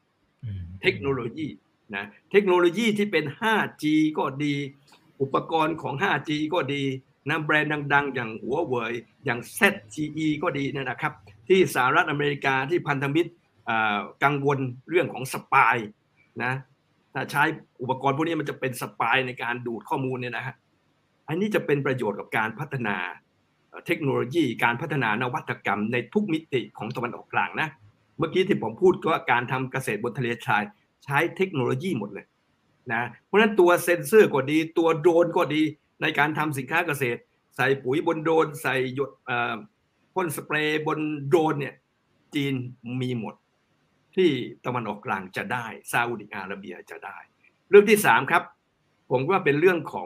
นะเทคโนโลยีที่เป็น 5G ก็ดีอุปกรณ์ของ 5G ก็ดีนะแบรนด์ดังๆอย่างหัวเว่ยอย่าง ZTE ก็ดีนะครับที่สหรัฐอเมริกาที่พันธมิตรกังวลเรื่องของสปายนะถ้าใช้อุปกรณ์พวกนี้มันจะเป็นสปายในการดูดข้อมูลเนี่ยนะฮะอันนี้จะเป็นประโยชน์กับการพัฒนาเทคโนโลยีการพัฒนานวัตกรรมในทุกมิติของตะวันออกกลางนะเมื่อกี้ที่ผมพูดก็การทำเกษตรบนทะเลทรายใช้เทคโนโลยีหมดเลยนะเพราะฉะนั้นตัวเซ็นเซอร์ก็ดีตัวโดรนก็ดีในการทำสินค้าเกษตรใส่ปุ๋ยบนโดรนใส่หยดพ่นสเปรย์บนโดรนเนี่ยจีนมีหมดที่ตะวันออกกลางจะได้ซาอุดิอาระเบียจะได้เรื่องที่3ครับผมว่าเป็นเรื่องของ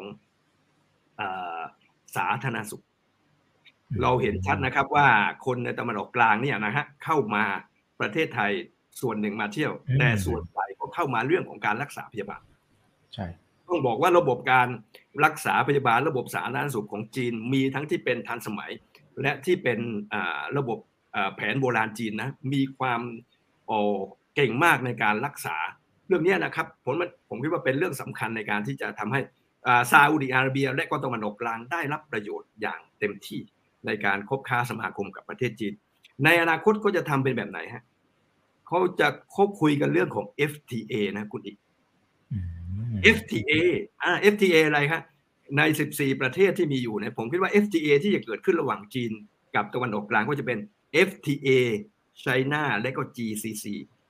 สาธารณสุขเราเห็นชัดนะครับว่าคนในตะวันออกกลางเนี่ยนะฮะเข้ามาประเทศไทยส่วนหนึ่งมาเที่ยวแต่ส่วนใหญ่ก็เข้ามาเรื่องของการรักษาพยาบาลใช่ต้องบอกว่าระบบการรักษาพยาบาลระบบสาธารณสุขของจีนมีทั้งที่เป็นทันสมัยและที่เป็นระบบแผนโบราณจีนนะมีความเก่งมากในการรักษาเรื่องนี้นะครับผมคิดว่าเป็นเรื่องสำคัญในการที่จะทำให้ซาอุดิอาระเบียและก็ตะวันออกกลางได้รับประโยชน์อย่างเต็มที่ในการคบค้าสมาคมกับประเทศจีนในอนาคตก็จะทำเป็นแบบไหนฮะเขาจะคุยกันเรื่องของ FTA นะคุณอีก FTA อะไรครับใน14ประเทศที่มีอยู่เนี่ยผมคิดว่า FTA ที่จะเกิดขึ้นระหว่างจีนกับตะวันออกกลางก็จะเป็น FTA China และก็ GCC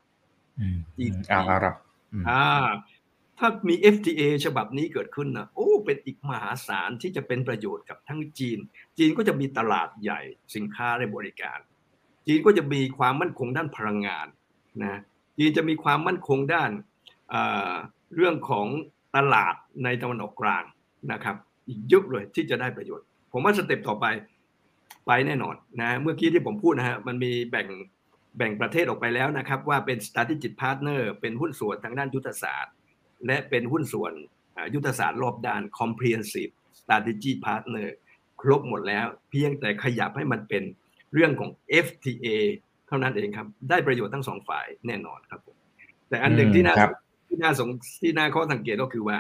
ครับถ้ามี FTA ฉบับนี้เกิดขึ้นนะเป็นอีกมหาศาลที่จะเป็นประโยชน์กับทั้งจีนก็จะมีตลาดใหญ่สินค้าและบริการจีนก็จะมีความมั่นคงด้านพลังงานนะจีนจะมีความมั่นคงด้านเรื่องของตลาดในตะวันออกกลางนะครับอีกเยอะเลยที่จะได้ประโยชน์ผมว่าสเต็ปต่อไปแน่นอนนะเมื่อกี้ที่ผมพูดนะฮะมันมีแบ่งประเทศออกไปแล้วนะครับว่าเป็น strategic partner เป็นหุ้นส่วนทางด้านยุทธศาสตร์และเป็นหุ้นส่วนยุทธศาสตร์รอบด้าน comprehensive strategy partner ครบหมดแล้วเพียงแต่ขยับให้มันเป็นเรื่องของ FTA เท่านั้นเองครับได้ประโยชน์ทั้งสองฝ่ายแน่นอนครับแต่อันหนึ่งที่น่าข้อสังเกตก็คือว่า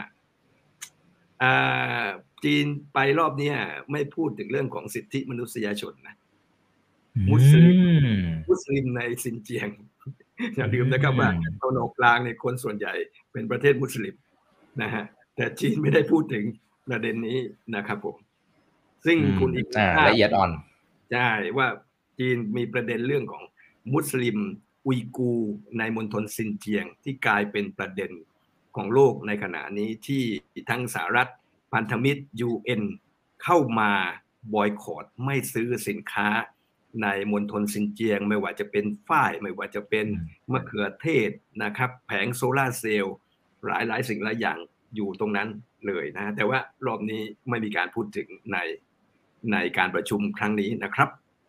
จีนไปรอบนี้ไม่พูดถึงเรื่องของสิทธิมนุษยชนนะมุสลิมในซินเจียงอย่าลืมนะครับว่าตะวันออกกลางในคนส่วนใหญ่เป็นประเทศมุสลิมนะฮะแต่จีนไม่ได้พูดถึงประเด็นนี้นะครับผมซึ่งคุณอีกละเอียดอ่อนใช่ว่าจีนมีประเด็นเรื่องของมุสลิมอุยกูร์ในมณฑลซินเจียงที่กลายเป็นประเด็นของโลกในขณะนี้ที่ทั้งสหรัฐพันธมิตร UN เข้ามาบอยคอตไม่ซื้อสินค้าในมณฑลซินเจียงไม่ว่าจะเป็นฝ้ายไม่ว่าจะเป็นมะเขือเทศนะครับแผงโซล่าเซลล์หลายสิ่งหลายอย่างอยู่ตรงนั้นเลยนะแต่ว่ารอบนี้ไม่มีการพูดถึงในการประชุมครั้งนี้นะครับ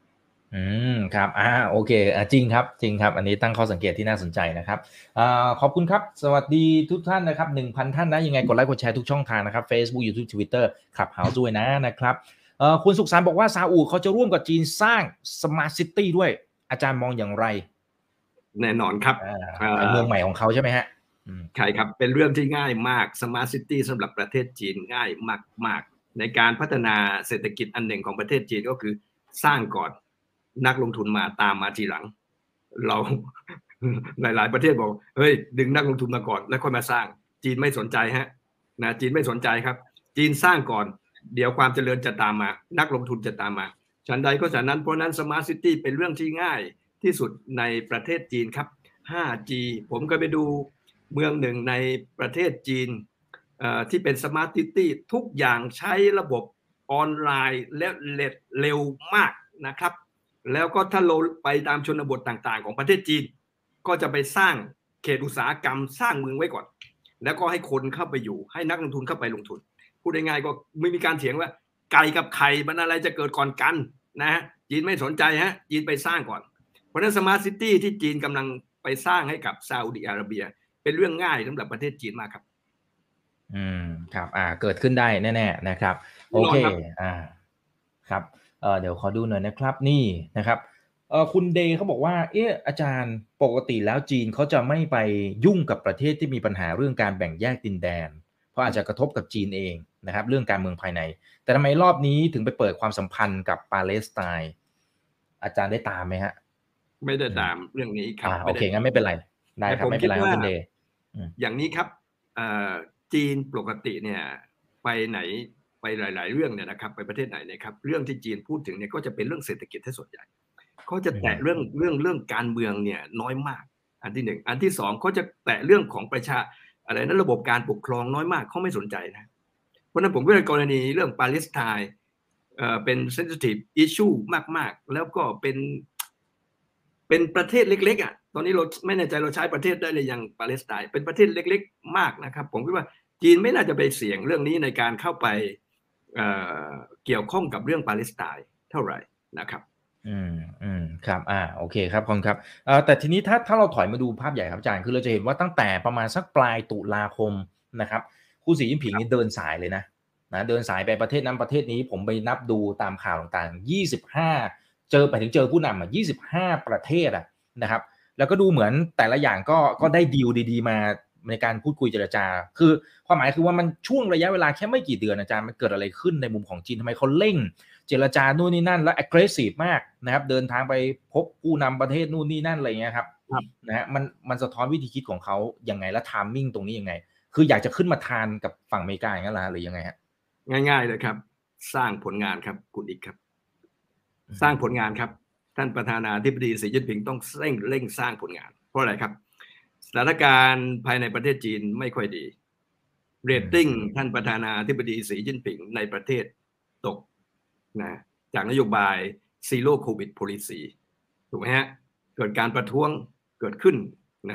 ครับโอเคจริงครับจริงครับอันนี้ตั้งข้อสังเกตที่น่าสนใจนะครับขอบคุณครับสวัสดีทุกท่านนะครับ 1,000 ท่านนะยังไงกดไลค์กดแชร์ทุกช่องทางนะครับ Facebook YouTube Twitter Clubhouse ด้วยนะครับคุณสุขสันต์บอกว่าซาอุเขาจะร่วมกับจีนสร้าง Smart City ด้วยอาจารย์มองอย่างไรแน่นอนครับเป็นเมืองใหม่ของเขาใช่ไหมฮะใช่ครับเป็นเรื่องที่ง่ายมาก Smart City สำหรับประเทศจีนง่ายมากๆในการพัฒนาเศรษฐกิจอันหนึ่งของประเทศจีนก็คือสร้างก่อนนักลงทุนมาตามมาทีหลังเรา หลายๆประเทศบอกเฮ้ยดึงนักลงทุนมาก่อนแล้วค่อยมาสร้างจีนไม่สนใจฮะนะจีนไม่สนใจครับจีนสร้างก่อนเดี๋ยวความเจริญจะตามมานักลงทุนจะตามมาฉันใดก็ฉันนั้นเพราะนั้น Smart City เป็นเรื่องที่ง่ายที่สุดในประเทศจีนครับ 5G ผมก็ไปดูเมืองหนึ่งในประเทศจีนที่เป็น Smart City ทุกอย่างใช้ระบบออนไลน์และเร็วมากนะครับแล้วก็ถ้าเราไปตามชนบทต่างๆของประเทศจีนก็จะไปสร้างเขตอุตสาหกรรมสร้างเมืองไว้ก่อนแล้วก็ให้คนเข้าไปอยู่ให้นักลงทุนเข้าไปลงทุนพูดง่ายๆก็ไม่มีการเถียงว่าไก่กับไข่มันอะไรจะเกิดก่อนกันนะฮะจีนไม่สนใจฮะจีนไปสร้างก่อนเพราะนั้น Smart City ที่จีนกำลังไปสร้างให้กับซาอุดิอาระเบียเป็นเรื่องง่ายสำหรับประเทศจีนมากครับครับเกิดขึ้นได้แน่ๆนะครับโอเคครับเดี๋ยวขอดูหน่อยนะครับนี่นะครับคุณเดย์เขาบอกว่าอาจารย์ปกติแล้วจีนเขาจะไม่ไปยุ่งกับประเทศที่มีปัญหาเรื่องการแบ่งแยกดินแดนเพราะอาจจะกระทบกับจีนเองนะครับเรื่องการเมืองภายในแต่ทำไมรอบนี้ถึงไปเปิดความสัมพันธ์กับปาเลสไตน์อาจารย์ได้ตามไหมฮะไม่ได้ตามเรื่องนี้ครับโอเคงั้นไม่เป็นไรได้ครับไม่เป็นไรครับคุณเดย์อย่างนี้ครับจีนปกติเนี่ยไปไหนไปหลายๆเรื่องเนี่ยนะครับไปประเทศไหนนะครับเรื่องที่จีนพูดถึงเนี่ยก็จะเป็นเรื่องเศรษฐกิจที่ส่วนใหญ่เขาจะแตะเรื่องการเมืองเนี่ยน้อยมากอันที่หนึ่งอันที่สองเขาจะแตะเรื่องของอะไรนะระบบการปกครองน้อยมากเขาไม่สนใจนะเพราะนั้นผมก็ในกรณีเรื่องปาเลสไตน์เป็น sensitive issue มากๆแล้วก็เป็นประเทศเล็กๆตอนนี้เราไม่แน่ใจเราใช้ประเทศได้เลยอย่างปาเลสไตน์เป็นประเทศเล็กๆมากนะครับผมคิดว่าจีนไม่น่าจะไปเสี่ยงเรื่องนี้ในการเข้าไปเกี่ยวข้องกับเรื่องปาเลสไตน์เท่าไหร่นะครับครับโอเคครับขอบคุณครับแต่ทีนี้ถ้าเราถอยมาดูภาพใหญ่ครับอาจารย์คือเราจะเห็นว่าตั้งแต่ประมาณสักปลายตุลาคมนะครับคุณสีจิ้นผิงนี่เดินสายเลยนะเดินสายไปประเทศนั้นประเทศนี้ผมไปนับดูตามข่าวต่างๆ25เจอผู้นำ25ประเทศนะครับแล้วก็ดูเหมือนแต่ละอย่างก็ได้ดีลดีๆมาในการพูดคุยเจรจาคือความหมายคือว่ามันช่วงระยะเวลาแค่ไม่กี่เดือนอาจารย์มันเกิดอะไรขึ้นในมุมของจีนทำไมเขาเร่งเจรจานู่นนี่นั่นแล้ว aggressive มากนะครับเดินทางไปพบผู้นำประเทศนู่นนี่นั่นอะไรเงี้ยครับนะฮะมันสะท้อนวิธีคิดของเขายังไงและ timing ตรงนี้ยังไงคืออยากจะขึ้นมาทานกับฝั่งอเมริกาอย่างนั้นหรือยังไงฮะง่ายๆเลยครับสร้างผลงานครับคุณอีกครับสร้างผลงานครับท่านประธานาธิบดีสีจิ้นผิงต้องเร่งสร้างผลงานเพราะอะไรครับสถานการณ์ภายในประเทศจีนไม่ค่อยดีเรตติ้งท่านประธานาธิบดีสีจิ้นผิงในประเทศตกนะจากนโยบาย Zero Covid Policy ถูกไหมฮะเกิดการประท้วงเกิดขึ้นนะ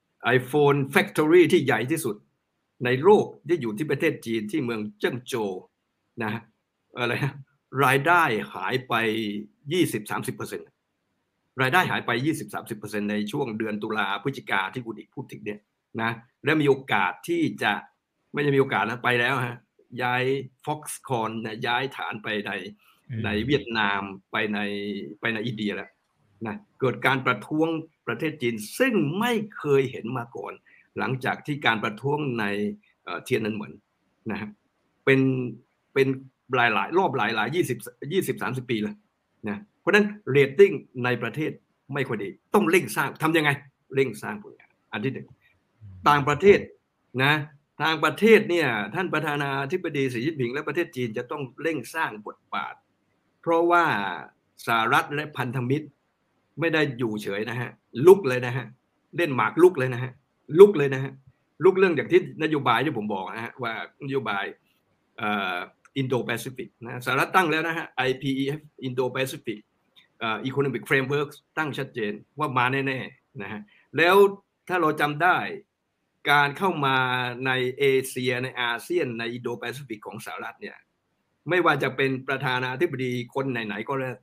iPhone Factory ที่ใหญ่ที่สุดในโลกที่อยู่ที่ประเทศจีนที่เมืองเจิ้งโจวนะอะไรรายได้หายไป 20-30% รายได้หายไป 20-30% ในช่วงเดือนตุลาพฤศจิกาที่คุณอีกพูดถึงเนี่ยนะและมีโอกาสที่จะไม่ได้มีโอกาสนะไปแล้วฮะย้าย Foxconn ย้ายฐานไปในเวียดนามไปในอินเดียแล้วนะเกิดการประท้วงประเทศจีนซึ่งไม่เคยเห็นมาก่อนหลังจากที่การประท้วงในเทียนนันเหมินนะเป็นหลายรอบหลาย20-30 ปีเลยนะเพราะนั้นเรตติ้งในประเทศไม่ค่อยดีต้องเร่งสร้างทำยังไงเร่งสร้างผลงานอันที่หนึ่งต่างประเทศนะทางประเทศเนี่ยท่านประธานาธิบดีสีจิ้นผิงและประเทศจีนจะต้องเร่งสร้างบทบาทเพราะว่าสหรัฐและพันธมิตรไม่ได้อยู่เฉยนะฮะลุกเลยนะฮะเล่นหมากลุกเลยนะฮะลุกเลยนะฮะลุกเรื่องอย่างที่นโยบายที่ผมบอกนะฮะว่านโยบายอินโดแปซิฟิกนะสหรัฐตั้งแล้วนะฮะ IPEF อินโดแปซิฟิกEconomic Framework ตั้งชัดเจนว่ามาแน่ๆนะฮะแล้วถ้าเราจำได้การเข้ามาในเอเชียในอาเซียนในอินโดแปซิฟิกของสหรัฐเนี่ยไม่ว่าจะเป็นประธานาธิบดีคนไหนๆก็แล้วแต่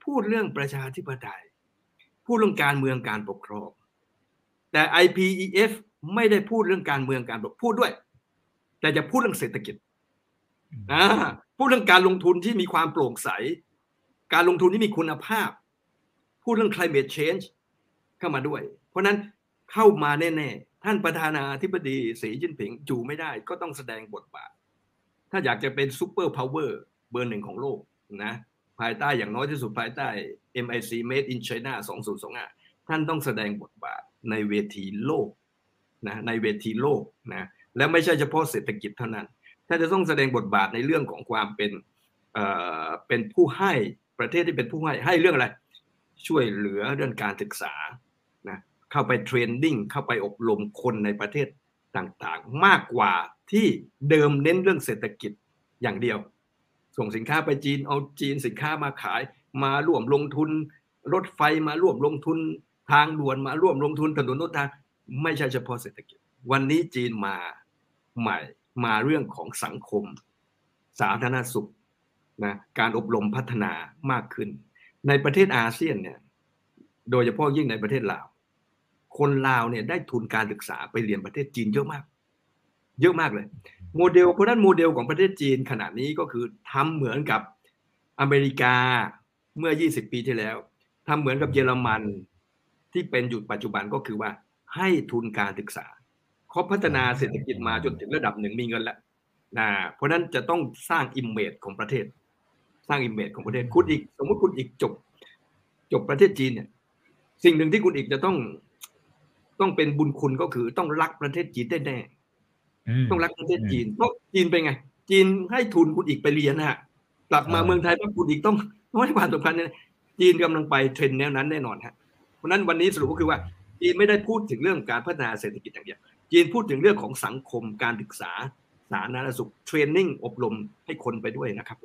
พูดเรื่องประชาธิปไตยพูดเรื่องการเมืองการปกครองแต่ IPEF ไม่ได้พูดเรื่องการเมืองการปกครองพูดด้วยแต่จะพูดเรื่องเศรษฐกิจพูดเรื่องการลงทุนที่มีความโปร่งใสการลงทุนที่มีคุณภาพพูดเรื่อง climate change เข้ามาด้วยเพราะนั้นเข้ามาแน่ๆท่านประธานาธิบดีสีจิ้นผิงจู่ไม่ได้ก็ต้องแสดงบทบาทถ้าอยากจะเป็นซูเปอร์พาวเวอร์เบอร์หนึ่งของโลกนะภายใต้อย่างน้อยที่สุดภายใต้ MIC Made in China 2025ท่านต้องแสดงบทบาทในเวทีโลกนะในเวทีโลกนะและไม่ใช่เฉพาะเศรษฐกิจเท่านั้นท่านจะต้องแสดงบทบาทในเรื่องของความเป็นผู้ให้ประเทศที่เป็นผู้ให้เรื่องอะไรช่วยเหลือเรื่องการศึกษานะเข้าไปเทรนนิ่งเข้าไปอบรมคนในประเทศต่างๆมากกว่าที่เดิมเน้นเรื่องเศรษฐกิจอย่างเดียวส่งสินค้าไปจีนเอาจีนสินค้ามาขายมาร่วมลงทุนรถไฟมาร่วมลงทุนทางด่วนมาร่วมลงทุนถนนรถทางไม่ใช่เฉพาะเศรษฐกิจวันนี้จีนมาใหม่มาเรื่องของสังคมสาธารณสุขนะการอบรมพัฒนามากขึ้นในประเทศอาเซียนเนี่ยโดยเฉพาะยิ่งในประเทศลาวคนลาวเนี่ยได้ทุนการศึกษาไปเรียนประเทศจีนเยอะมากเลยโมเดลเพราะนั้นโมเดลของประเทศจีนขณะนี้ก็คือทำเหมือนกับอเมริกาเมื่อ20ปีที่แล้วทำเหมือนกับเยอรมันที่เป็นอยู่ปัจจุบันก็คือว่าให้ทุนการศึกษาเขาพัฒนาเศรษฐกิจมาจนถึงระดับหนึ่งมีเงินแล้วนะเพราะนั้นจะต้องสร้างอิมเมจของประเทศสร้างอิมเมจของประเทศคุณอีกสมมติคุณอีกจบประเทศจีนเนี่ยสิ่งหนึ่งที่คุณอีกจะต้องเป็นบุญคุณก็คือต้องรักประเทศจีนแน่ๆต้องรักประเทศจีนเพราะจีนเป็นไงจีนให้ทุนคุณอีกไปเรียนนะกลับมาเมืองไทยคุณอีกต้องให้ความสำคัญเนี่ยจีนกำลังไปเทรนด์แนวนั้นแน่นอนฮะเพราะนั้นวันนี้สรุปก็คือว่าจีนไม่ได้พูดถึงเรื่องการพัฒนาเศรษฐกิจอย่างเดียวจีนพูดถึงเรื่องของสังคมการศึกษาสาธารณสุขเทรนนิ่งอบรมให้คนไปด้วยนะครับ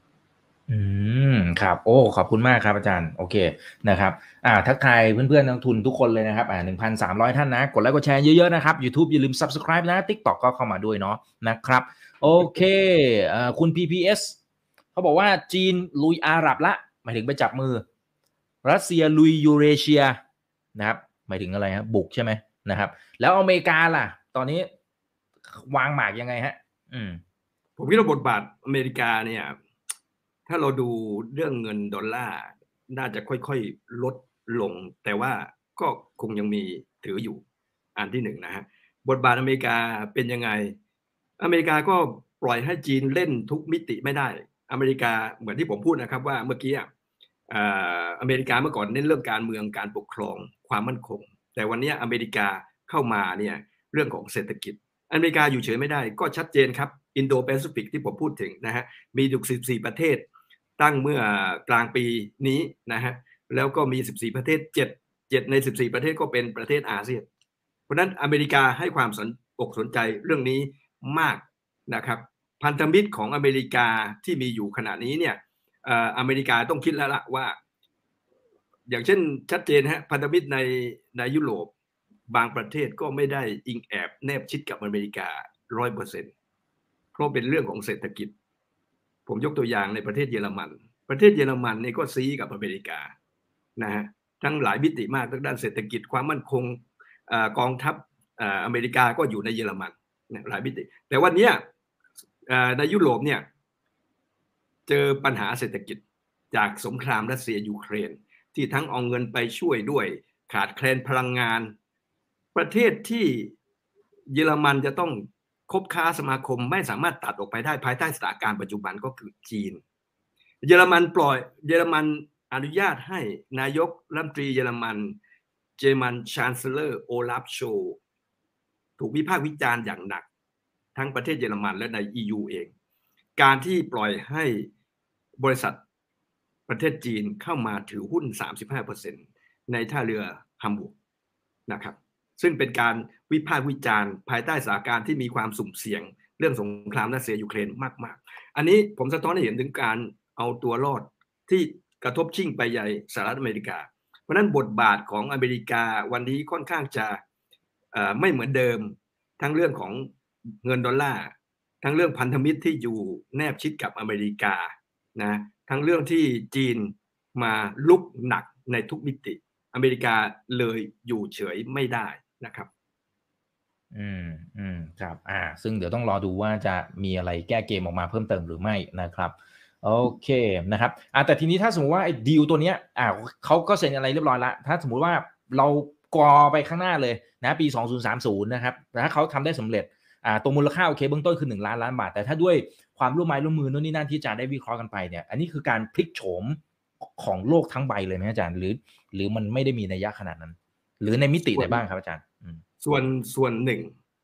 ครับโอ้ขอบคุณมากครับอาจารย์โอเคนะครับทักทายเพื่อนๆนักทุนทุกคนเลยนะครับ1,300 ท่านนะกดไลค์กดแชร์เยอะๆนะครับ YouTube อย่าลืม Subscribe นะ TikTok ก็เข้ามาด้วยเนาะนะครับโอเคคุณ PPS เขาบอกว่าจีนลุยอาหรับละหมายถึงไปจับมือรัสเซียลุยยูเรเชียนะครับหมายถึงอะไรฮะบุกใช่ไหมนะครับแล้วอเมริกาล่ะตอนนี้วางหมากยังไงฮะผมคิดว่าบทบาทอเมริกาเนี่ยถ้าเราดูเรื่องเงินดอลลาร์น่าจะค่อยๆลดลงแต่ว่าก็คงยังมีถืออยู่อันที่หนึ่งนะฮะบทบาทอเมริกาเป็นยังไงอเมริกาก็ปล่อยให้จีนเล่นทุกมิติไม่ได้อเมริกาเหมือนที่ผมพูดนะครับว่าเมื่อกี้อเมริกาเมื่อก่อนเน้นเรื่องการเมืองการปกครองความมั่นคงแต่วันนี้อเมริกาเข้ามาเนี่ยเรื่องของเศรษฐกิจอเมริกาอยู่เฉยไม่ได้ก็ชัดเจนครับอินโดแปซิฟิกที่ผมพูดถึงนะฮะมีอยู่14ประเทศตั้งเมื่อกลางปีนี้นะฮะแล้วก็มี14ประเทศ7ใน14ประเทศก็เป็นประเทศอาเซียนเพราะนั้นอเมริกาให้ความสนใจเรื่องนี้มากนะครับพันธมิตรของอเมริกาที่มีอยู่ขณะนี้เนี่ยอเมริกาต้องคิดแล้วล่ะว่าอย่างเช่นชัดเจนฮะพันธมิตรในยุโรปบางประเทศก็ไม่ได้อิงแอบแนบชิดกับอเมริกา 100% เพราะเป็นเรื่องของเศรษฐกิจผมยกตัวอย่างในประเทศเยอรมันนี่ก็ซี้กับอเมริกานะฮะทั้งหลายมิติมากทั้งด้านเศรษฐกิจความมั่นคงกองทัพอเมริกาก็อยู่ในเยอรมันหลายมิติแต่วันนี้ในยุโรปเนี่ยเจอปัญหาเศรษฐกิจจากสงครามรัสเซียยูเครนที่ทั้งเอาเงินไปช่วยด้วยขาดแคลนพลังงานประเทศที่เยอรมันจะต้องคบค้าสมาคมไม่สามารถตัดออกไปได้ภายใต้สถานการณ์ปัจจุบันก็คือจีนเยอรมันอนุญาตให้นายกรัฐมนตรีเยอรมันเจอร์มันชานเซลเลอร์โอลาฟโชถูกวิพากษ์วิจารณ์อย่างหนักทั้งประเทศเยอรมันและใน EU เองการที่ปล่อยให้บริษัทประเทศจีนเข้ามาถือหุ้น 35% ในท่าเรือฮัมบูร์กนะครับซึ่งเป็นการวิพากษ์วิจารณ์ภายใต้สถานการณ์ที่มีความสุ่มเสี่ยงเรื่องสงครามรัสเซียยูเครนมากๆอันนี้ผมสะท้อนให้เห็นถึงการเอาตัวรอดที่กระทบชิ่งไปใหญ่สหรัฐอเมริกาเพราะนั้นบทบาทของอเมริกาวันนี้ค่อนข้างจะไม่เหมือนเดิมทั้งเรื่องของเงินดอลลาร์ทั้งเรื่องพันธมิตรที่อยู่แนบชิดกับอเมริกานะทั้งเรื่องที่จีนมาลุกหนักในทุกมิติอเมริกาเลยอยู่เฉยไม่ได้นะครับครับซึ่งเดี๋ยวต้องรอดูว่าจะมีอะไรแก้เกมออกมาเพิ่มเติมหรือไม่นะครับโอเคนะครับแต่ทีนี้ถ้าสมมติว่าไอ้ดีลตัวเนี้ยเขาก็เซ็นอะไรเรียบร้อยแล้วถ้าสมมุติว่าเรากอไปข้างหน้าเลยนะปี2030นะครับแต่ถ้าเขาทำได้สำเร็จตัวมูลค่าโอเคเบื้องต้นคือ1 ล้านล้านบาทแต่ถ้าด้วยความร่วมไม้ร่วมมือโน่นนี่นั่นที่อาจารย์ได้วิเคราะห์กันไปเนี่ยอันนี้คือการพลิกโฉมของโลกทั้งใบเลยไหมอาจารย์หรือมันไม่ได้มีนัยยะขนาดนั้นหรือในมิติไหนบ้างครับอาจารย์ส่วนหนึ่ง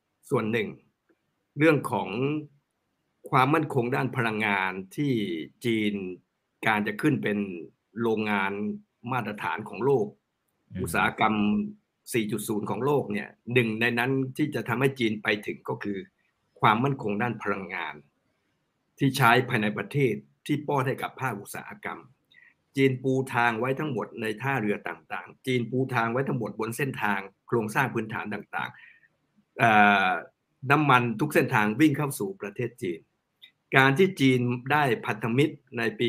เรื่องของความมั่นคงด้านพลังงานที่จีนการจะขึ้นเป็นโรงงานมาตรฐานของโลกอุตสาหกรรม 4.0 ของโลกเนี่ยหนึ่งในนั้นที่จะทำให้จีนไปถึงก็คือความมั่นคงด้านพลังงานที่ใช้ภายในประเทศที่ป้อนให้กับภาคอุตสาหกรรมจีนปูทางไว้ทั้งหมดในท่าเรือต่างๆจีนปูทางไว้ทั้งหมดบนเส้นทางโครงสร้างพื้นฐานต่างๆน้ำมันทุกเส้นทางวิ่งเข้าสู่ประเทศจีนการที่จีนได้พันธมิตรในปี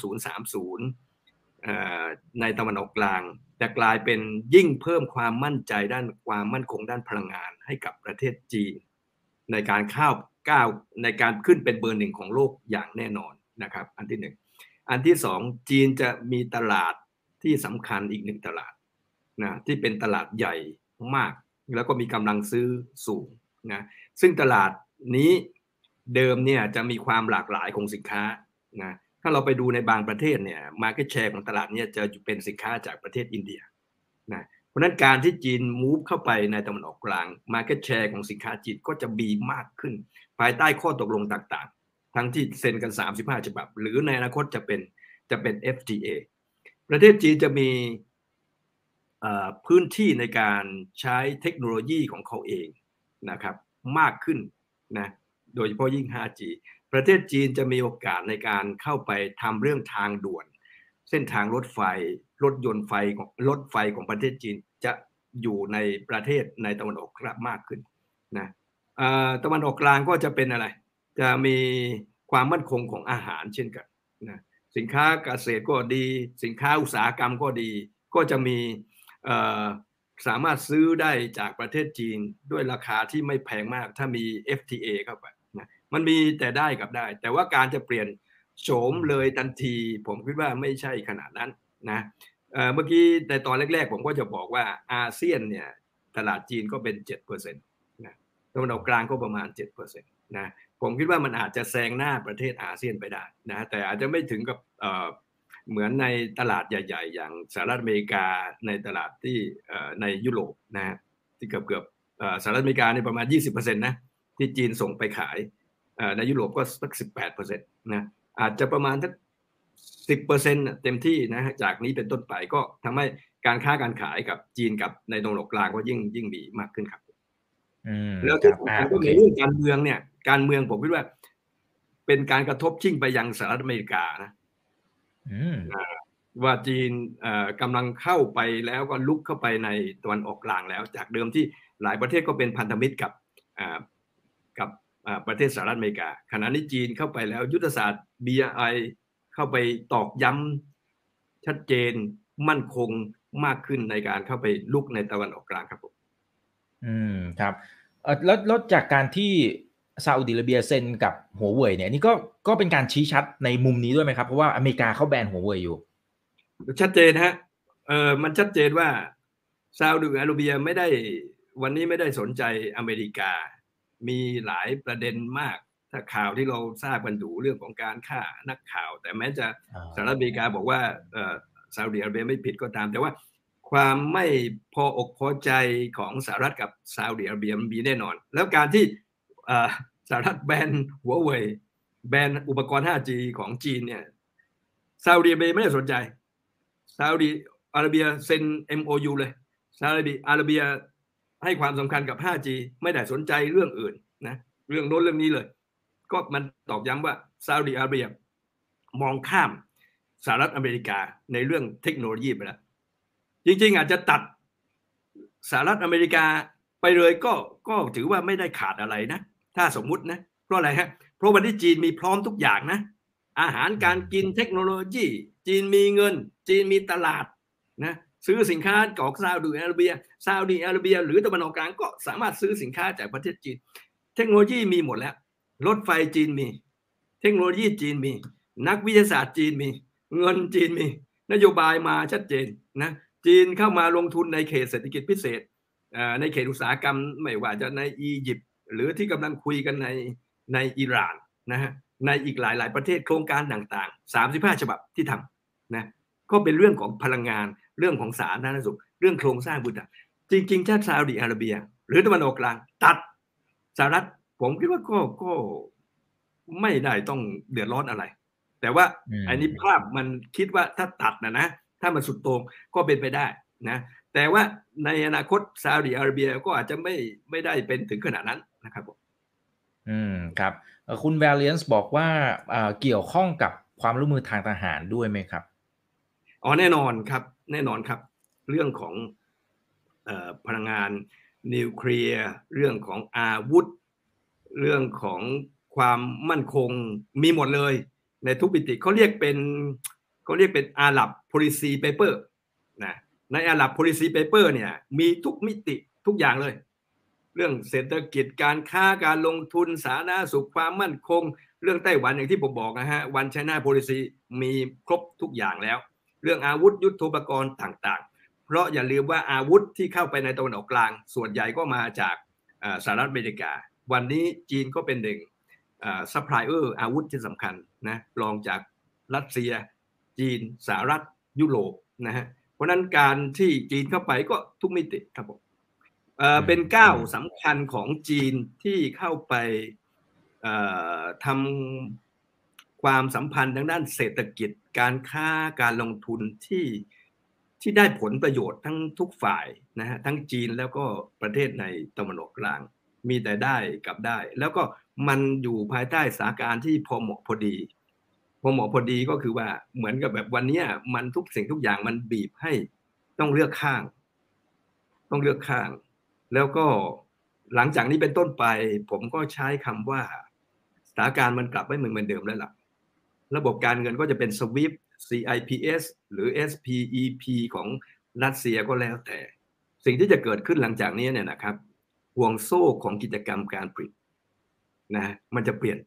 2030ในตะวันออกกลางจะกลายเป็นยิ่งเพิ่มความมั่นใจด้านความมั่นคงด้านพลังงานให้กับประเทศจีนในการก้าวในการขึ้นเป็นเบอร์หนึ่งของโลกอย่างแน่นอนนะครับอันที่หนึ่งอันที่สองจีนจะมีตลาดที่สำคัญอีกหนึ่งตลาดนะที่เป็นตลาดใหญ่มากแล้วก็มีกำลังซื้อสูงนะซึ่งตลาดนี้เดิมเนี่ยจะมีความหลากหลายของสินค้านะถ้าเราไปดูในบางประเทศเนี่ย market share ของตลาดนี้จะเป็นสินค้าจากประเทศอินเดียนะเพราะนั้นการที่จีน move เข้าไปในตะวันออกกลาง market share ของสินค้าจีนก็จะมีมากขึ้นภายใต้ข้อตกลงต่างๆทั้งที่เซ็นกัน35ฉบับหรือในอนาคตจะเป็น FTA ประเทศจีนจะมีพื้นที่ในการใช้เทคโนโลยีของเขาเองนะครับมากขึ้นนะโดยเฉพาะยิ่ง 5G ประเทศจีนจะมีโอกาสในการเข้าไปทำเรื่องทางด่วนเส้นทางรถไฟรถไฟของประเทศจีนจะอยู่ในประเทศในตะวันออกกลางมากขึ้นนะตะวันออกกลางก็จะเป็นอะไรจะมีความมั่นคงของอาหารเช่นกันนะสินค้าเกษตรก็ดีสินค้าอุตสาหกรรมก็ดีก็จะมีสามารถซื้อได้จากประเทศจีนด้วยราคาที่ไม่แพงมากถ้ามี FTA เข้าไปนะมันมีแต่ได้กับได้แต่ว่าการจะเปลี่ยนโฉมเลยทันทีผมคิดว่าไม่ใช่ขนาดนั้นนะเมื่อกี้ในตอนแรกๆผมก็จะบอกว่าอาเซียนเนี่ยตลาดจีนก็เป็น 7% นะตะวันออกกลางก็ประมาณ 7% นะผมคิดว่ามันอาจจะแซงหน้าประเทศอาเซียนไปได้นะแต่อาจจะไม่ถึงกับเหมือนในตลาดใหญ่ๆอย่างสหรัฐอเมริกาในตลาดที่ในยุโรปนะที่เกือบสหรัฐอเมริกาในประมาณ 20% นะที่จีนส่งไปขายในยุโรปก็สัก 18% นะอาจจะประมาณสัก 10% เต็มที่นะจากนี้เป็นต้นไปก็ทำให้การค้าการขายกับจีนกับในตะวันออกกลางก็ยิ่งมีมากขึ้นครับแล้วที่สำคัญก็ในเรื่องการเมืองเนี่ยการเมืองผมคิดว่าเป็นการกระทบชิ่งไปยังสหรัฐอเมริกานะว่าจีนกำลังเข้าไปแล้วก็ลุกเข้าไปในตะวันออกกลางแล้วจากเดิมที่หลายประเทศก็เป็นพันธมิตรกับประเทศสหรัฐอเมริกาขณะนี้จีนเข้าไปแล้วยุทธศาสตร์ BRI เข้าไปตอกย้ำชัดเจนมั่นคงมากขึ้นในการเข้าไปลุกในตะวันออกกลางครับผมครับแล้วจากการที่ซาอุดิอาระเบียเซ็นกับหัวเว่ยเนี่ยนี่ก็เป็นการชี้ชัดในมุมนี้ด้วยไหมครับเพราะว่าอเมริกาเขาแบนหัวเว่ยอยู่ชัดเจนฮะมันชัดเจนว่าซาอุดิอาระเบียวันนี้ไม่ได้สนใจอเมริกามีหลายประเด็นมากถ้าข่าวที่เราทราบกันอยู่เรื่องของการฆ่านักข่าวแต่แม้จะสหรัฐอเมริกาบอกว่าซาอุดิอาระเบียไม่ผิดก็ตามแต่ว่าความไม่พออกพอใจของสหรัฐกับซาอุดิอาระเบียมีแน่นอนแล้วการที่สหรัฐแบนหัวเว่ยแบนอุปกรณ์ 5G ของจีนเนี่ยซาอุดิอาระเบียไม่ได้สนใจซาอุดิอาระเบียเซ็น MOU เลยซาอุดิอาระเบียให้ความสำคัญกับ 5G ไม่ได้สนใจเรื่องอื่นนะเรื่องโน้นเรื่องนี้เลยก็มันตอกย้ำว่าซาอุดิอาระเบียมองข้ามสหรัฐอเมริกาในเรื่องเทคโนโลยีไปแล้วจริงๆอาจจะตัดสหรัฐอเมริกาไปเลยก็ถือว่าไม่ได้ขาดอะไรนะถ้าสมมุตินะเพราะอะไรฮะเพราะวันที่จีนมีพร้อมทุกอย่างนะอาหารการกินเทคโนโลยีจีนมีเงินจีนมีตลาดนะซื้อสินค้าจากซาอุดิอาระเบียหรือตะวันออกกลางก็สามารถซื้อสินค้าจากประเทศจีนเทคโนโลยีมีหมดแล้วรถไฟจีนมีเทคโนโลยีจีนมีนักวิทยาศาสตร์จีนมีเงินจีนมีนโยบายมาชัดเจนนะจีนเข้ามาลงทุนในเขตเศรษฐกิจพิเศษในเขตอุตสาหกรรมไม่ว่าจะในอียิปต์หรือที่กำลังคุยกันในอิหร่านนะฮะในอีกหลายประเทศโครงการต่างๆ35ฉบับที่ทำนะก็เป็นเรื่องของพลังงานเรื่องของสาธารณสุขเรื่องโครงสร้างพื้นฐานจริงๆชาติซาอุดิอาระเบียหรือตะวันออกกลางตัดสหรัฐผมคิดว่าก็ไม่ได้ต้องเดือดร้อนอะไรแต่ว่าอันนี้ภาพมันคิดว่าถ้าตัดนะถ้ามันสุดโต่งก็เป็นไปได้นะแต่ว่าในอนาคตซาอุดิอาระเบียก็อาจจะไม่ได้เป็นถึงขนาดนั้นนะครับผมครับคุณแวลเลียนส์บอกว่าเกี่ยวข้องกับความร่วมมือทางทหารด้วยไหมครับแน่นอนครับแน่นอนครับเรื่องของพลังงานนิวเคลียร์เรื่องของอาวุธเรื่องของความมั่นคงมีหมดเลยในทุกมิติเขาเรียกเป็นอาหรับ policy paper นะในอาหรับ policy paper เนี่ยมีทุกมิติทุกอย่างเลยเรื่องเศรษฐกิจการค้าการลงทุนสาธารณสุขความมั่นคงเรื่องไต้หวันอย่างที่ผมบอกนะฮะวันไชน่า policy มีครบทุกอย่างแล้วเรื่องอาวุธยุทโธปกรณ์ต่างๆเพราะอย่าลืมว่าอาวุธที่เข้าไปในตะวันออกกลางส่วนใหญ่ก็มาจากสหรัฐอเมริกาวันนี้จีนก็เป็นหนึ่งซัพพลายเออร์อาวุธที่สำคัญนะรองจากรัสเซียจีนสหรัฐยุโรปนะฮะเพราะนั้นการที่จีนเข้าไปก็ทุกมิติครับผมเป็นก้าวสำคัญของจีนที่เข้าไปทำความสัมพันธ์ทางด้านเศรษฐกิจการค้าการลงทุนที่ได้ผลประโยชน์ทั้งทุกฝ่ายนะฮะทั้งจีนแล้วก็ประเทศในตะวันออกกลางมีแต่ได้กับได้แล้วก็มันอยู่ภายใต้สถานการณ์ที่พอเหมาะพอดีก็คือว่าเหมือนกับแบบวันนี้มันทุกสิ่งทุกอย่างมันบีบให้ต้องเลือกข้างแล้วก็หลังจากนี้เป็นต้นไปผมก็ใช้คำว่าสถานการณ์มันกลับไม่เหมือนเดิมแล้วล่ะระบบการเงินก็จะเป็น SWIFT CIPS หรือ SPEP ของรัสเซียก็แล้วแต่สิ่งที่จะเกิดขึ้นหลังจากนี้เนี่ยนะครับห่วงโซ่ของกิจกรรมการผลิตนะมันจะเปลี่ยนไป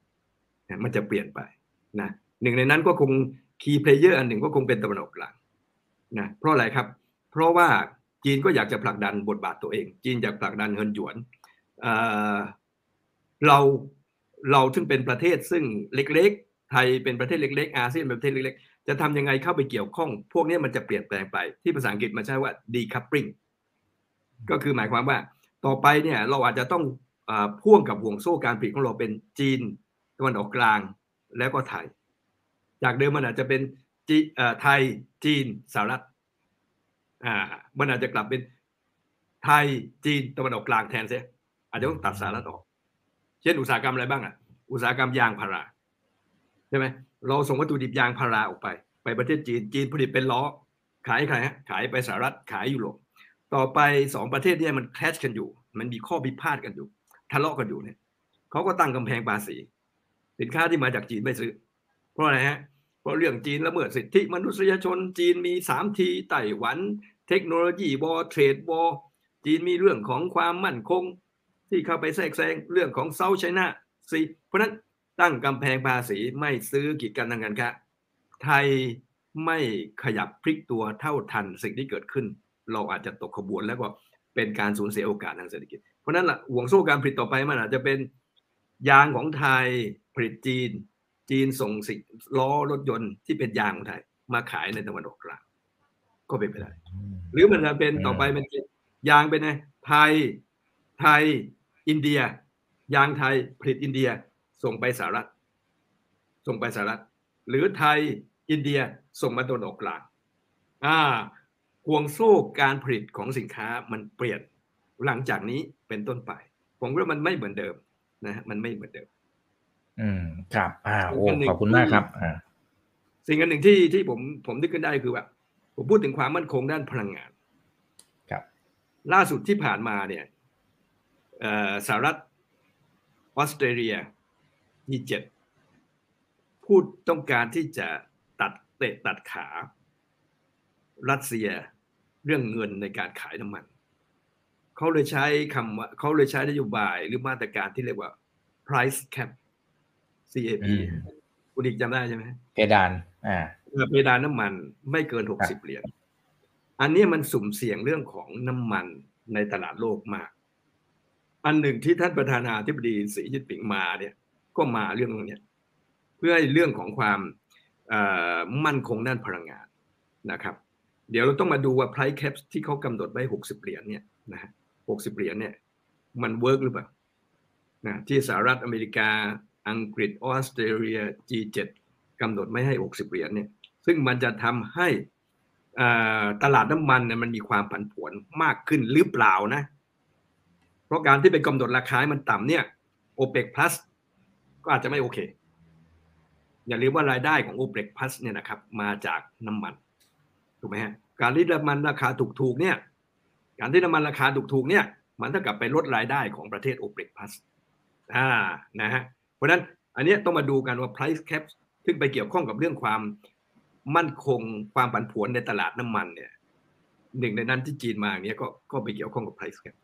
นะหนึ่งในนั้นก็คง key player อันหนึ่งก็คงเป็นตะวันออกกลางนะเพราะอะไรครับเพราะว่าจีนก็อยากจะผลักดันบทบาทตัวเองจีนอยากผลักดันเงินหยวนเราซึ่งเป็นประเทศซึ่งเล็กๆไทยเป็นประเทศเล็กๆอาเซียนเป็นประเทศเล็กๆจะทำยังไงเข้าไปเกี่ยวข้องพวกนี้มันจะเปลี่ยนแปลงไปที่ภาษาอังกฤษมันใช้ว่า decoupling ก็คือหมายความว่าต่อไปเนี่ยเราอาจจะต้องพ่วงกับห่วงโซ่การผลิตของเราเป็นจีนตะวันออกกลางแล้วก็ไทยจากเดิมมันอาจจะเป็นไทยจีนสหรัฐมันอาจจะกลับเป็นไทยจีนตะวันออกกลางแทนเสียอาจจะต้องตัดสหรัฐออกเช่นอุตสาหกรรมอะไรบ้างอุตสาหกรรมยางพาราใช่ไหมเราส่งวัตถุดิบยางพาราออกไปประเทศจีนผลิตเป็นล้อขายใครฮะขายไปสหรัฐขายยุโรปต่อไป2ประเทศนี้มันแคชกันอยู่มันมีข้อพิพาทกันอยู่ทะเลาะกันอยู่เนี่ยเขาก็ตั้งกำแพงภาษีสินค้าที่มาจากจีนไม่ซื้อเพราะอะไรฮะเพราะเรื่องจีนละเมิดสิทธิมนุษยชนจีนมี 3T ไต้หวันเทคโนโลยีวอร์เทรดวอร์จีนมีเรื่องของความมั่นคงที่เข้าไปแทรกแซงเรื่องของเซาท์ไชน่าซีเพราะนั้นตั้งกำแพงภาษีไม่ซื้อกิจการทางการค้าไทยไม่ขยับพลิกตัวเท่าทันสิ่งที่เกิดขึ้นเราอาจจะตกขบวนแล้วก็เป็นการสูญเสียโอกาสทางเศรษฐกิจเพราะนั้นล่ะห่วงโซ่การผลิตต่อไปมันอาจจะเป็นยางของไทยผลิตจีนส่งสิ่งล้อรถยนต์ที่เป็นยางของไทยมาขายในตะวันออกกลางก็เป็นไปได้หรือมันจะเป็นต่อไปมันยางเป็นไงไทยอินเดียยางไทยผลิตอินเดียส่งไปสหรัฐหรือไทยอินเดียส่งมาตะวันออกกลางห่วงโซ่การผลิตของสินค้ามันเปลี่ยนหลังจากนี้เป็นต้นไปผมว่ามันไม่เหมือนเดิมนะมันไม่เหมือนเดิมครับขอบคุณมากครับสิ่งอันหนึ่งที่ผมนึกขึ้นได้คือว่าผมพูดถึงความมั่นคงด้านพลังงานครับล่าสุดที่ผ่านมาเนี่ยสหรัฐออสเตรเลียG7พูดต้องการที่จะตัดเตะตัดขารัสเซียเรื่องเงินในการขายน้ำมันเขาเลยใช้นโยบายหรือมาตรการที่เรียกว่า price cap CAP คุณอีกจำได้ใช่ไหมเพดานเพดานน้ำมันไม่เกิน60 เหรียญอันนี้มันสุ่มเสี่ยงเรื่องของน้ำมันในตลาดโลกมากอันหนึ่งที่ท่านประธานาธิบดีสีจิ้นผิงมาเนี่ยก็มาเรื่องนี้เพื่อให้เรื่องของความมั่นคงด้านพลังงานนะครับเดี๋ยวเราต้องมาดูว่า price cap ที่เขากำหนดไว้60 เหรียญเนี่ยนะ60 เหรียญเนี่ยมันเวิร์กหรือเปล่านะที่สหรัฐอเมริกาอังกฤษออสเตรเลีย G7 กำหนดไม่ให้60 เหรียญเนี่ยซึ่งมันจะทำให้ตลาดน้ำมันเนี่ยมันมีความผันผวนมากขึ้นหรือเปล่านะเพราะการที่ไปกำหนดราคาให้มันต่ำเนี่ย OPEC Plus ก็อาจจะไม่โอเคอย่าลืมว่ารายได้ของ OPEC Plus เนี่ยนะครับมาจากน้ำมันถูกไหมฮะการที่น้ำมันราคาถูกๆเนี่ยการที่น้ำมันราคาถูกๆเนี่ยมันเท่ากับไปลดรายได้ของประเทศ OPEC Plus นะฮะเพราะฉะนั้นอันนี้ต้องมาดูกันว่า price cap ซึ่งไปเกี่ยวข้องกับเรื่องความมั่นคงความผันผวนในตลาดน้ำมันเนี่ยหนึ่งในนั้นที่จีนมาอย่างนี้ก็ไปเกี่ยวข้องกับ price cap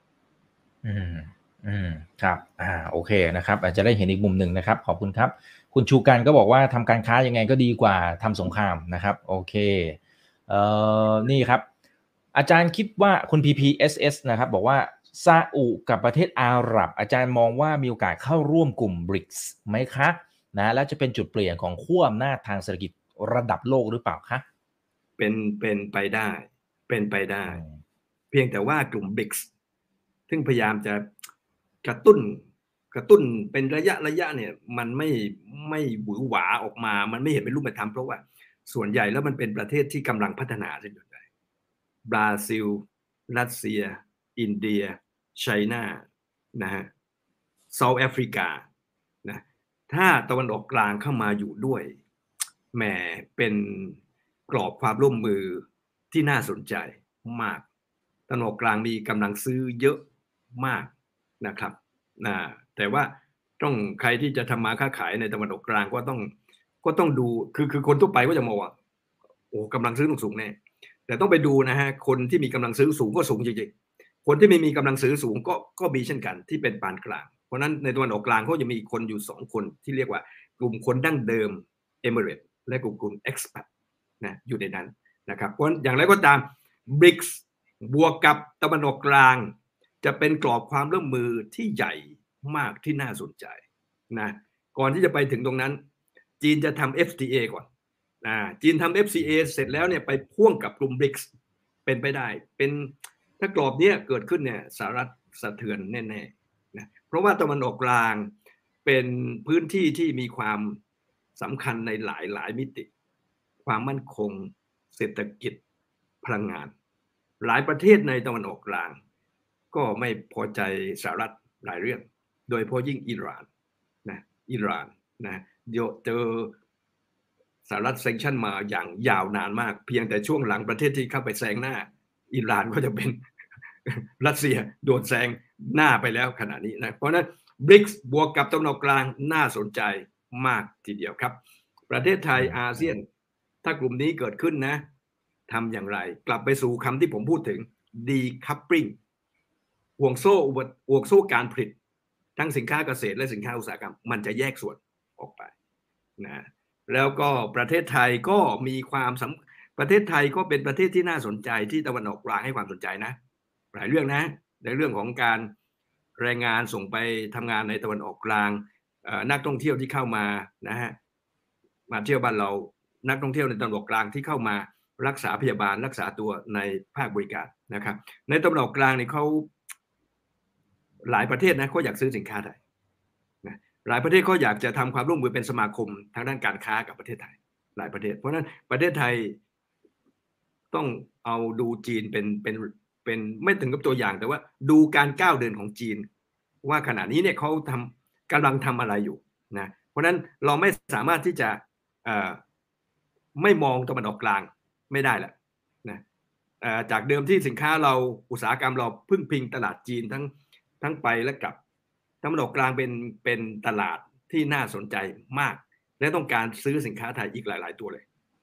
ครับโอเคนะครับอาจจะได้เห็นอีกมุมหนึ่งนะครับขอบคุณครับคุณชูกันก็บอกว่าทำการค้ายังไงก็ดีกว่าทำสงครามนะครับโอเคนี่ครับอาจารย์คิดว่าคุณ PPSS นะครับบอกว่าซาอุกับประเทศอาหรับอาจารย์มองว่ามีโอกาสเข้าร่วมกลุ่ม BRICS ไหมคะนะแล้วจะเป็นจุดเปลี่ยนของขั้วอำนาจทางเศรษฐกิจระดับโลกหรือเปล่าคะเป็นไปได้เพียงแต่ว่ากลุ่ม BRICS ซึ่งพยายามจะกระตุ้นเป็นระยะเนี่ยมันไม่หวือหวาออกมามันไม่เห็นเป็นรูปธรรมเพราะว่าส่วนใหญ่แล้วมันเป็นประเทศที่กำลังพัฒนาเช่นเดียวกันบราซิลรัสเซียอินเดียไชน่านะฮะเซาท์แอฟริกานะถ้าตะวันออกกลางเข้ามาอยู่ด้วยแหมเป็นกรอบความร่วมมือที่น่าสนใจมากตะวันออกกลางมีกำลังซื้อเยอะมากนะครับแต่ว่าต้องใครที่จะทำมาค้าขายในตะวันออกกลางก็ต้องดูคือคนทั่วไปก็จะมองว่าโอ้กำลังซื้อสูงแน่แต่ต้องไปดูนะฮะคนที่มีกำลังซื้อสูงก็สูงจริงๆคนที่ไม่มีกำลังซื้อสูงก็มีเช่นกันที่เป็นปานกลางเพราะนั้นในตะวันออกกลางเขาจะมีคนอยู่2คนที่เรียกว่ากลุ่มคนดั้งเดิม Emirates และกลุ่ม Expat นะอยู่ในนั้นนะครับเพราะอย่างไรก็ตาม BRICS บวกกับตะวันออกกลางจะเป็นกรอบความร่วมมือที่ใหญ่มากที่น่าสนใจนะก่อนที่จะไปถึงตรงนั้นจีนจะทำ FTA ก่อนจีนทำ FTA เสร็จแล้วเนี่ยไปพ่วงกับกลุ่ม BRICS เป็นไปได้เป็นถ้ากรอบนี้เกิดขึ้นเนี่ยสหรัฐสะเทือนแน่ๆนะเพราะว่าตะวันออกกลางเป็นพื้นที่ที่มีความสำคัญในหลายมิติความมั่นคงเศรษฐกิจพลังงานหลายประเทศในตะวันออกกลางก็ไม่พอใจสหรัฐหลายเรื่องโดยเฉพาะยิ่งอิหร่านนะเจอสหรัฐแซงชั่นมาอย่างยาวนานมากเพียงแต่ช่วงหลังประเทศที่เข้าไปแซงหน้าอิหร่านก็จะเป็นรัสเซียโดนแซงหน้าไปแล้วขณะนี้นะเพราะนั้น BRICS บวกกับตะวันออกกลางน่าสนใจมากทีเดียวครับประเทศไทยอาเซียนถ้ากลุ่มนี้เกิดขึ้นนะทำอย่างไรกลับไปสู่คำที่ผมพูดถึง decoupling ห่วงโซ่การผลิตทั้งสินค้าเกษตรและสินค้าอุตสาหกรรมมันจะแยกส่วนออกไปนะแล้วก็ประเทศไทยก็มีประเทศไทยก็เป็นประเทศที่น่าสนใจที่ตะวันออกกลางให้ความสนใจนะหลายเรื่องนะในเรื่องของการแรงงานส่งไปทำงานในตะวันออกกลางนักท่องเที่ยวที่เข้ามานะฮะมาเที่ยวบ้านเรานักท่องเที่ยวในตะวันออกกลางที่เข้ามารักษาพยาบาลรักษาตัวในภาคบริการนะครับในตะวันออกกลางเนี่ยเขาหลายประเทศนะเขาอยากซื้อสินค้าไทยนะหลายประเทศเขาอยากจะทำความร่วมมือเป็นสมาคมทางด้านการค้ากับประเทศไทยหลายประเทศเพราะฉะนั้นประเทศไทยต้องเอาดูจีนเป็นไม่ถึงกับตัวอย่างแต่ว่าดูการก้าวเดินของจีนว่าขณะนี้เนี่ยเขากำลังทำอะไรอยู่นะเพราะฉะนั้นเราไม่สามารถที่จะไม่มองตะวันออกกลางไม่ได้แหละนะจากเดิมที่สินค้าเราอุตสาหกรรมเราพึ่งพิงตลาดจีนทั้งไปและกลับตะวันออกกลางเป็นตลาดที่น่าสนใจมากและต้องการซื้อสินค้าไทยอีกหลายๆตัวเลย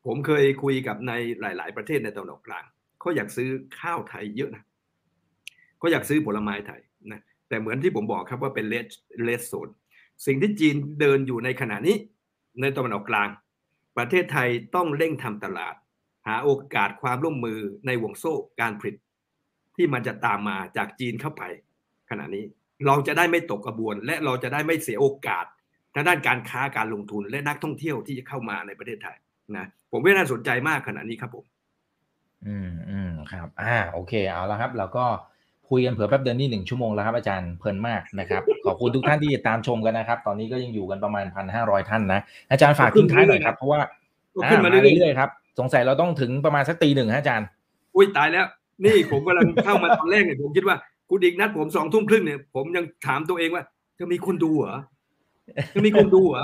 ผมเคยคุยกับในหลายๆประเทศในตะวันออกกลางเขาอยากซื้อข้าวไทยเยอะนะเขาอยากซื้อผลไม้ไทยนะแต่เหมือนที่ผมบอกครับว่าเป็นเลสโซนสิ่งที่จีนเดินอยู่ในขณะนี้ในตะวันออกกลางประเทศไทยต้องเร่งทำตลาดหาโอกาสความร่วมมือในห่วงโซ่การผลิตที่มันจะตามมาจากจีนเข้าไปขณะนี้เราจะได้ไม่ตกกระบวนและเราจะได้ไม่เสียโอกาสทางด้านการค้าการลงทุนและนักท่องเที่ยวที่จะเข้ามาในประเทศไทยนะผมว่าน่าสนใจมากขณะนี้ครับผมครับโอเคเอาละครับเราก็คุยกันเผื่อแป๊บเดียวนี่1 ชั่วโมงแล้วครับอาจารย์เพลินมากนะครับขอบคุณทุกท่านที่ติดตามชมกันนะครับตอนนี้ก็ยังอยู่กันประมาณ 1,500 ท่านนะอาจารย์ฝากทิ้งท้ายหน่อยครับเพราะว่าขึ้นมาเรื่อยๆครับสงสัยเราต้องถึงประมาณสัก 1:00 นอาจารย์อุ้ยตายแล้วนี่ผมกำลังเข้ามาตอนแรกเนี่ยผมคิดว่าคุณอีกนัดผม20:30เนี่ยผมยังถามตัวเองว่าจะมีคนดูเหรอจะมีคนดูเหรอ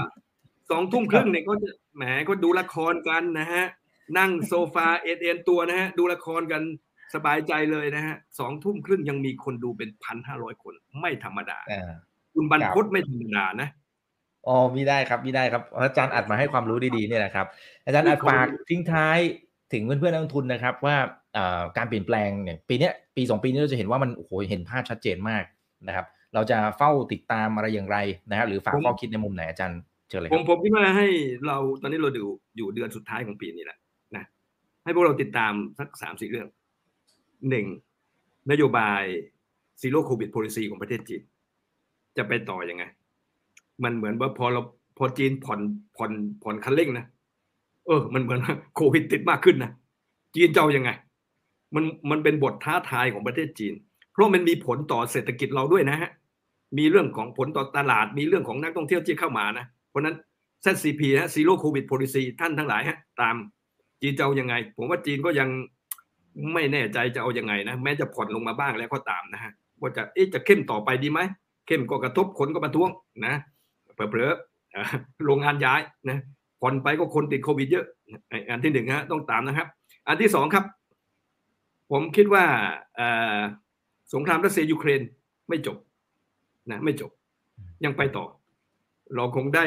20:30เนี่ยก็จะแหมก็ดูละครกันนะฮะนั่งโซฟาเอ็นตัวนะฮะดูละครกันสบายใจเลยนะฮะ20:30ยังมีคนดูเป็น 1,500 คนไม่ธรรมดาคุณบรรพตไม่ธรรมดานะไม่ได้ครับอาจารย์อัดมาให้ความรู้ดีๆเนี่ยนะครับอาจารย์อัดฝากทิ้งท้ายถึงเพื่อนๆนักลงทุนนะครับว่าการเปลี่ยนแปลงเนี่ยปี 2 ปีนี้เราจะเห็นว่ามันโอ้โหเห็นภาพชัดเจนมากนะครับเราจะเฝ้าติดตามอะไรอย่างไรนะครับหรือฝากข้อคิดในมุมไหนอาจารย์เชิญเลยครับผมคิดว่าให้เราตอนนี้เราอยู่เดือนสุดท้ายของปีนี้แหละนะให้พวกเราติดตามสัก 3-4 เรื่อง1นโยบายซีโร่โควิด policy ของประเทศจีนจะไปต่อยังไงมันเหมือนว่าพอจีนผ่อนคันเร่งนะมันเหมือนโควิดติดมากขึ้นนะจีนจะเอายังไงมันเป็นบทท้าทายของประเทศจีนเพราะมันมีผลต่อเศรษฐกิจเราด้วยนะฮะมีเรื่องของผลต่อตลาดมีเรื่องของนักท่องเที่ยวที่เข้ามานะเพราะนั้น ZCP ฮะ Zero Covid Policy ท่านทั้งหลายฮะตามจีนจะเอายังไงผมว่าจีนก็ยังไม่แน่ใจจะเอายังไงนะแม้จะผ่อนลงมาบ้างแล้วก็ตามนะฮะว่าจะเข้มต่อไปดีไหมเข้มก็กระทบคนก็ประท้วงนะเผลอโรงงานย้ายนะผ่อนไปก็คนติดโควิดเยอะอันที่1ฮะต้องตามนะครับอันที่2ครับผมคิดว่าสงครามรัสเซียยูเครนไม่จบนะไม่จบยังไปต่อเราคงได้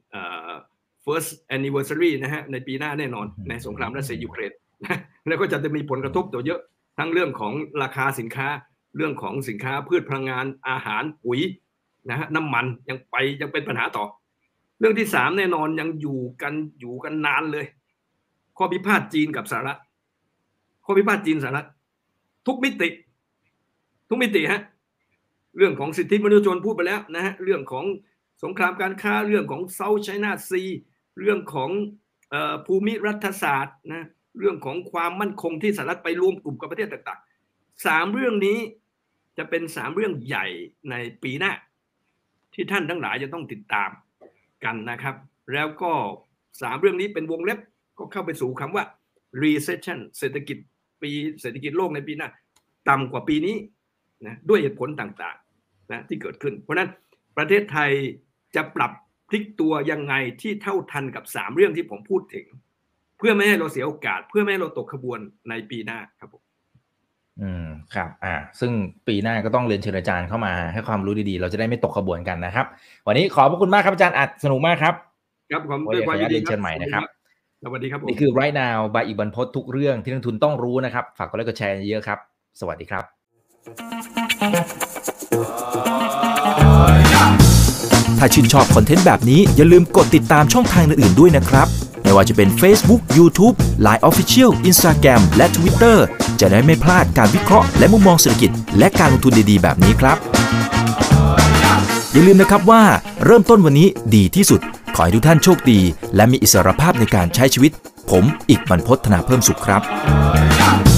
first anniversary นะฮะในปีหน้าแน่นอนในสงครามรัสเซียยูเครนแล้วก็จะมีผลกระทบต่อเยอะทั้งเรื่องของราคาสินค้าเรื่องของสินค้าพืชพลังงานอาหารปุ๋ยนะฮะน้ำมันยังเป็นปัญหาต่อเรื่องที่3แน่นอนยังอยู่กันนานเลยข้อพิพาทจีนกับสหรัฐข้อพิพาทจีนสหรัฐทุกมิติฮะเรื่องของสิทธิมนุษยชนพูดไปแล้วนะฮะเรื่องของสงครามการค้าเรื่องของเซาท์ไชน่าซีเรื่องของภูมิรัฐศาสตร์นะเรื่องของความมั่นคงที่สหรัฐไปรวมกลุ่มกับประเทศต่างๆ3เรื่องนี้จะเป็น3เรื่องใหญ่ในปีหน้าที่ท่านทั้งหลายจะต้องติดตามกันนะครับแล้วก็3เรื่องนี้เป็นวงเล็บก็เข้าไปสู่คำว่า recession เศรษฐกิจโลกในปีหน้าต่ำกว่าปีนี้นะด้วยเหตุผลต่างๆนะที่เกิดขึ้นเพราะนั้นประเทศไทยจะปรับพลิกตัวยังไงที่เท่าทันกับ3เรื่องที่ผมพูดถึงเพื่อไม่ให้เราเสียโอกาสเพื่อไม่ให้เราตกขบวนในปีหน้าครับผมครับซึ่งปีหน้าก็ต้องเรียนเชิญอาจารย์เข้ามาให้ความรู้ดีๆเราจะได้ไม่ตกขบวนกันนะครับวันนี้ขอบพระคุณมากครับอาจารย์อัดสนุกมากครับครับผมด้วยความยินดีเรียนเชิญใหม่นะครับสวัสดีครับนี่คือ Right Now บายอีกบรรพตทุกเรื่องที่นักทุนต้องรู้นะครับฝากกดไลค์กดแชร์เยอะครับสวัสดีครับถ้าชื่นชอบคอนเทนต์แบบนี้อย่าลืมกดติดตามช่องทางอื่นๆด้วยนะครับไม่ว่าจะเป็น Facebook, YouTube, Line Official, Instagram และ Twitter จะได้ไม่พลาดการวิเคราะห์และมุมมองเศรษฐกิจและการลงทุนดีๆแบบนี้ครับอย่าลืมนะครับว่าเริ่มต้นวันนี้ดีที่สุดขอให้ทุกท่านโชคดีและมีอิสรภาพในการใช้ชีวิตผมอีกบรรพต ธนาเพิ่มสุขครับ